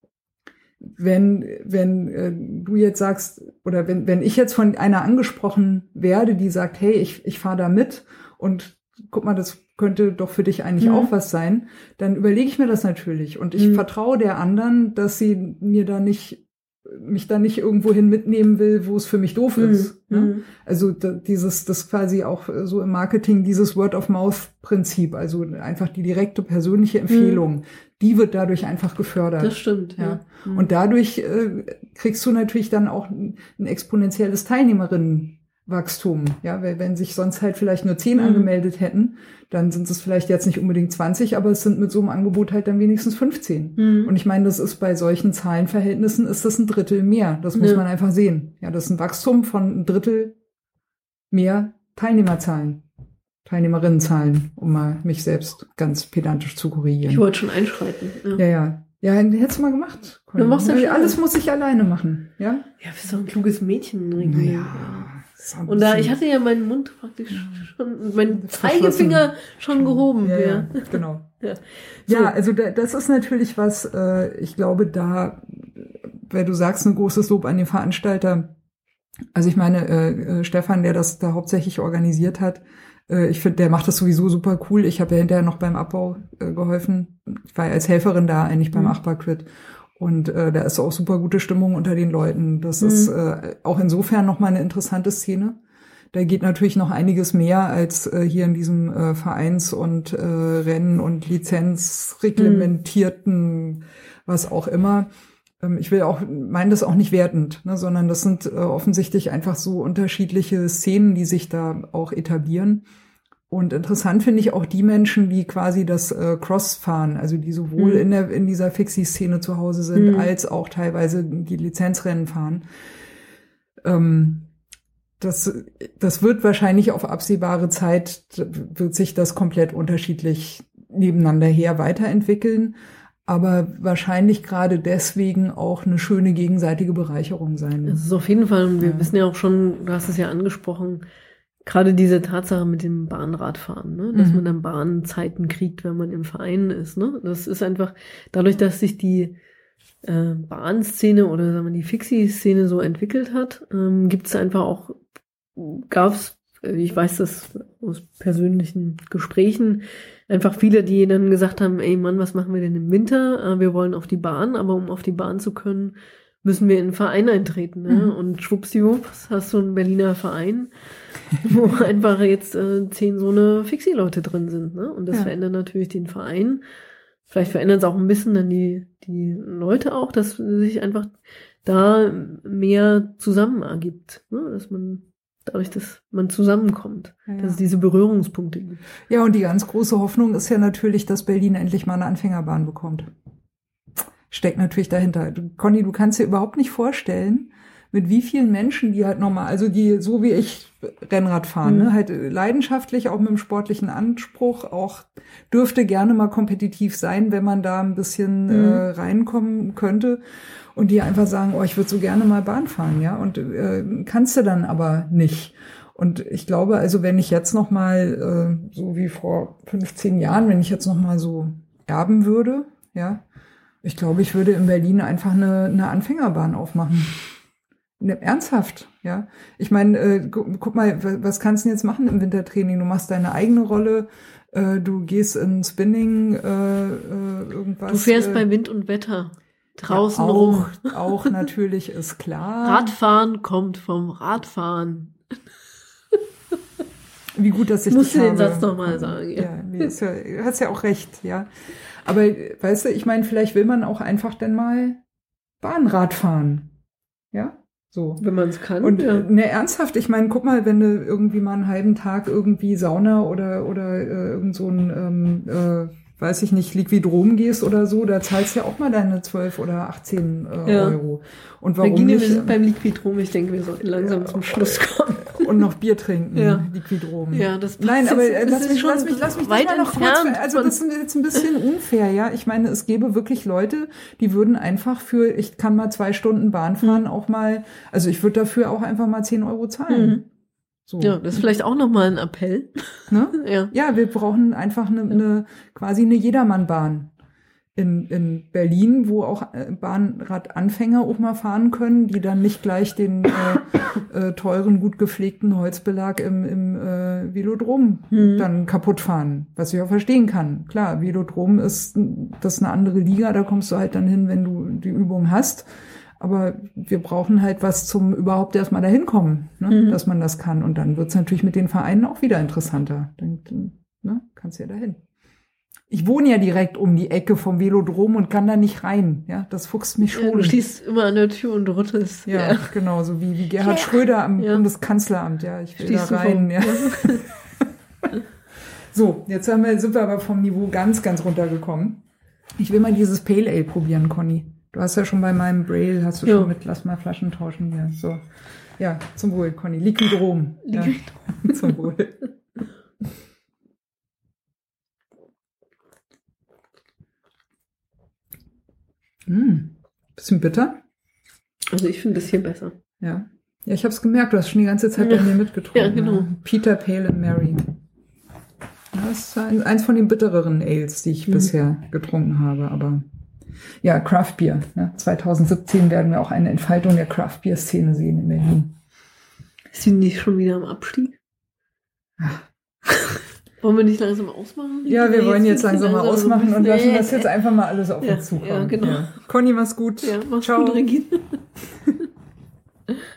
wenn, wenn äh, du jetzt sagst, oder wenn, wenn ich jetzt von einer angesprochen werde, die sagt, hey, ich, ich fahre da mit und guck mal, das könnte doch für dich eigentlich Mhm. auch was sein, dann überlege ich mir das natürlich. Und ich Mhm. vertraue der anderen, dass sie mir da nicht, mich da nicht irgendwohin mitnehmen will, wo es für mich doof ist. Mhm. Ne? Mhm. Also da, dieses, das quasi auch äh, so im Marketing, dieses Word-of-Mouth-Prinzip, also einfach die direkte persönliche Empfehlung, die wird dadurch einfach gefördert. Das stimmt, ja. Ja. Mhm. Und dadurch äh, kriegst du natürlich dann auch ein, ein exponentielles Teilnehmerinnenwachstum. Ja, weil wenn sich sonst halt vielleicht nur zehn Mhm. angemeldet hätten, dann sind es vielleicht jetzt nicht unbedingt zwanzig, aber es sind mit so einem Angebot halt dann wenigstens fünfzehn. Mhm. Und ich meine, das ist bei solchen Zahlenverhältnissen ist das ein Drittel mehr. Das muss Ja. man einfach sehen. Ja, das ist ein Wachstum von ein Drittel mehr Teilnehmerzahlen. Teilnehmerinnenzahlen, um mal mich selbst ganz pedantisch zu korrigieren. Ich wollte schon einschreiten. Ja, Ja, ja. Ja, hättest du mal gemacht. Du machst ja Weil schon. alles muss ich alleine machen. Ja? ja bist doch ein kluges Mädchen. Regine. Naja. ist auch ein Und da, bisschen ich hatte ja meinen Mund praktisch schon, meinen verschlossen. Zeigefinger schon gehoben. Ja, Ja, ja, genau. Ja. Ja, So. also da, das ist natürlich was, äh, ich glaube, da, weil du sagst, ein großes Lob an den Veranstalter. Also ich meine, äh, äh, Stefan, der das da hauptsächlich organisiert hat, äh, ich finde, der macht das sowieso super cool. Ich habe ja hinterher noch beim Abbau äh, geholfen. Ich war ja als Helferin da, eigentlich beim Mhm. Achtbar-Crit. Und äh, da ist auch super gute Stimmung unter den Leuten. Das Mhm. ist äh, auch insofern nochmal eine interessante Szene. Da geht natürlich noch einiges mehr als äh, hier in diesem äh, Vereins- und äh, Rennen- und Lizenzreglementierten, was auch immer. Ähm, ich will auch, meine das auch nicht wertend, ne, sondern das sind äh, offensichtlich einfach so unterschiedliche Szenen, die sich da auch etablieren. Und interessant finde ich auch die Menschen, die quasi das äh, Cross fahren, also die sowohl Mhm. in der in dieser Fixie-Szene zu Hause sind, Mhm. als auch teilweise die Lizenzrennen fahren. Ähm, das, das wird wahrscheinlich auf absehbare Zeit, wird sich das komplett unterschiedlich nebeneinander her weiterentwickeln, aber wahrscheinlich gerade deswegen auch eine schöne gegenseitige Bereicherung sein. Das ist auf jeden Fall, und wir Ja. wissen ja auch schon, du hast es ja angesprochen, gerade diese Tatsache mit dem Bahnradfahren, ne? Dass Mhm. man dann Bahnzeiten kriegt, wenn man im Verein ist. Ne? Das ist einfach, dadurch, dass sich die äh, Bahnszene oder sagen wir die Fixie-Szene so entwickelt hat, ähm, gibt es einfach auch, gab es ich weiß das aus persönlichen Gesprächen, einfach viele, die dann gesagt haben, ey Mann, was machen wir denn im Winter? Wir wollen auf die Bahn, aber um auf die Bahn zu können, müssen wir in einen Verein eintreten. Ne? Mhm. Und schwuppsdiwupps hast du einen Berliner Verein, wo einfach jetzt äh, zehn so eine Fixie-Leute drin sind. Ne? Und das ja. verändert natürlich den Verein. Vielleicht verändert es auch ein bisschen dann die, die Leute auch, dass sich einfach da mehr zusammen ergibt. Ne? Dass man dadurch, dass man zusammenkommt, ja, ja. dass es diese Berührungspunkte gibt. Ja, und die ganz große Hoffnung ist ja natürlich, dass Berlin endlich mal eine Anfängerbahn bekommt. Steckt natürlich dahinter. Du, Conny, du kannst dir überhaupt nicht vorstellen, mit wie vielen Menschen, die halt nochmal, also die, so wie ich Rennrad fahren, mhm. ne, halt leidenschaftlich, auch mit einem sportlichen Anspruch, auch dürfte gerne mal kompetitiv sein, wenn man da ein bisschen mhm. äh, reinkommen könnte. Und die einfach sagen, oh, ich würde so gerne mal Bahn fahren, ja, und äh, kannst du dann aber nicht. Und ich glaube, also wenn ich jetzt noch mal, äh, so wie vor fünfzehn Jahren, wenn ich jetzt noch mal so erben würde, ja, ich glaube, ich würde in Berlin einfach eine, eine Anfängerbahn aufmachen. Ne, ernsthaft, ja. Ich meine, äh, guck, guck mal, was kannst du denn jetzt machen im Wintertraining? Du machst deine eigene Rolle, äh, du gehst in Spinning, äh, äh, irgendwas. Du fährst äh, bei Wind und Wetter. Draußen ja, auch, rum. Auch natürlich ist klar. Radfahren kommt vom Radfahren. Wie gut, dass ich Musst das du den habe. Satz nochmal sagen. Ja, ja, nee, ist ja, du hast ja auch recht, ja. Aber weißt du, ich meine, vielleicht will man auch einfach dann mal Bahnrad fahren. Ja, so. Wenn man es kann. Und ja. ne, ernsthaft, ich meine, guck mal, wenn du irgendwie mal einen halben Tag irgendwie Sauna oder oder äh, irgend so ein ähm, äh, weiß ich nicht, Liquidrom gehst oder so, da zahlst du ja auch mal deine zwölf oder achtzehn äh, ja. Euro. Und warum Regine, nicht? Wir sind beim Liquidrom, ich denke, wir sollten langsam ja, zum Schluss kommen. Und noch Bier trinken, ja. Liquidrom. Ja, das Nein, jetzt, aber das lass mich, lass mich, lass mich das mal noch kurz, also das ist jetzt ein bisschen unfair, ja. Ich meine, es gäbe wirklich Leute, die würden einfach für, ich kann mal zwei Stunden Bahn fahren, mhm. auch mal, also ich würde dafür auch einfach mal zehn Euro zahlen. Mhm. So. Ja, das ist vielleicht auch nochmal ein Appell. Ne? Ja. Ja, wir brauchen einfach eine, eine quasi eine Jedermannbahn in, in Berlin, wo auch Bahnradanfänger auch mal fahren können, die dann nicht gleich den äh, äh, teuren, gut gepflegten Holzbelag im, im äh, Velodrom mhm. dann kaputt fahren. Was ich auch verstehen kann. Klar, Velodrom ist, das ist eine andere Liga, da kommst du halt dann hin, wenn du die Übung hast. Aber wir brauchen halt was zum überhaupt erstmal dahin kommen, ne? Mhm. Dass man das kann. Und dann wird's natürlich mit den Vereinen auch wieder interessanter. Dann, ne? Kannst ja dahin. Ich wohne ja direkt um die Ecke vom Velodrom und kann da nicht rein. Ja, das fuchst mich schon. Ja, du stehst immer an der Tür und rüttelst. Ja, ja. Genau, so wie, wie Gerhard ja. Schröder am ja. Bundeskanzleramt. Ja, ich will stehst da rein. Ja. So, jetzt haben wir, sind wir aber vom Niveau ganz, ganz runtergekommen. Ich will mal dieses Pale Ale probieren, Conny. Du hast ja schon bei meinem Braille, hast du ja. schon mit, lass mal Flaschen tauschen hier. So. Ja, zum Wohl, Conny. Liquidrom. Liquidrom. Ja. Zum Wohl. Mm, bisschen bitter. Also ich finde das hier besser. Ja. Ja, ich habe es gemerkt, du hast schon die ganze Zeit bei mir mitgetrunken. Ja, genau. Ja. Peter, Pale and Mary. Das ist eins von den bittereren Ales, die ich mhm. bisher getrunken habe, aber ja, Craft Beer. Ne? zwanzig siebzehn werden wir auch eine Entfaltung der Craft Beer Szene sehen in Berlin. Ist die nicht schon wieder am Abstieg? Ach. Wollen wir nicht langsam ausmachen? Ja, wir wollen jetzt langsam mal ausmachen und lassen das jetzt einfach mal alles auf ja, uns zukommen. Ja, genau. Ja. Conny, mach's gut. Ja, mach's Ciao. gut, Regine.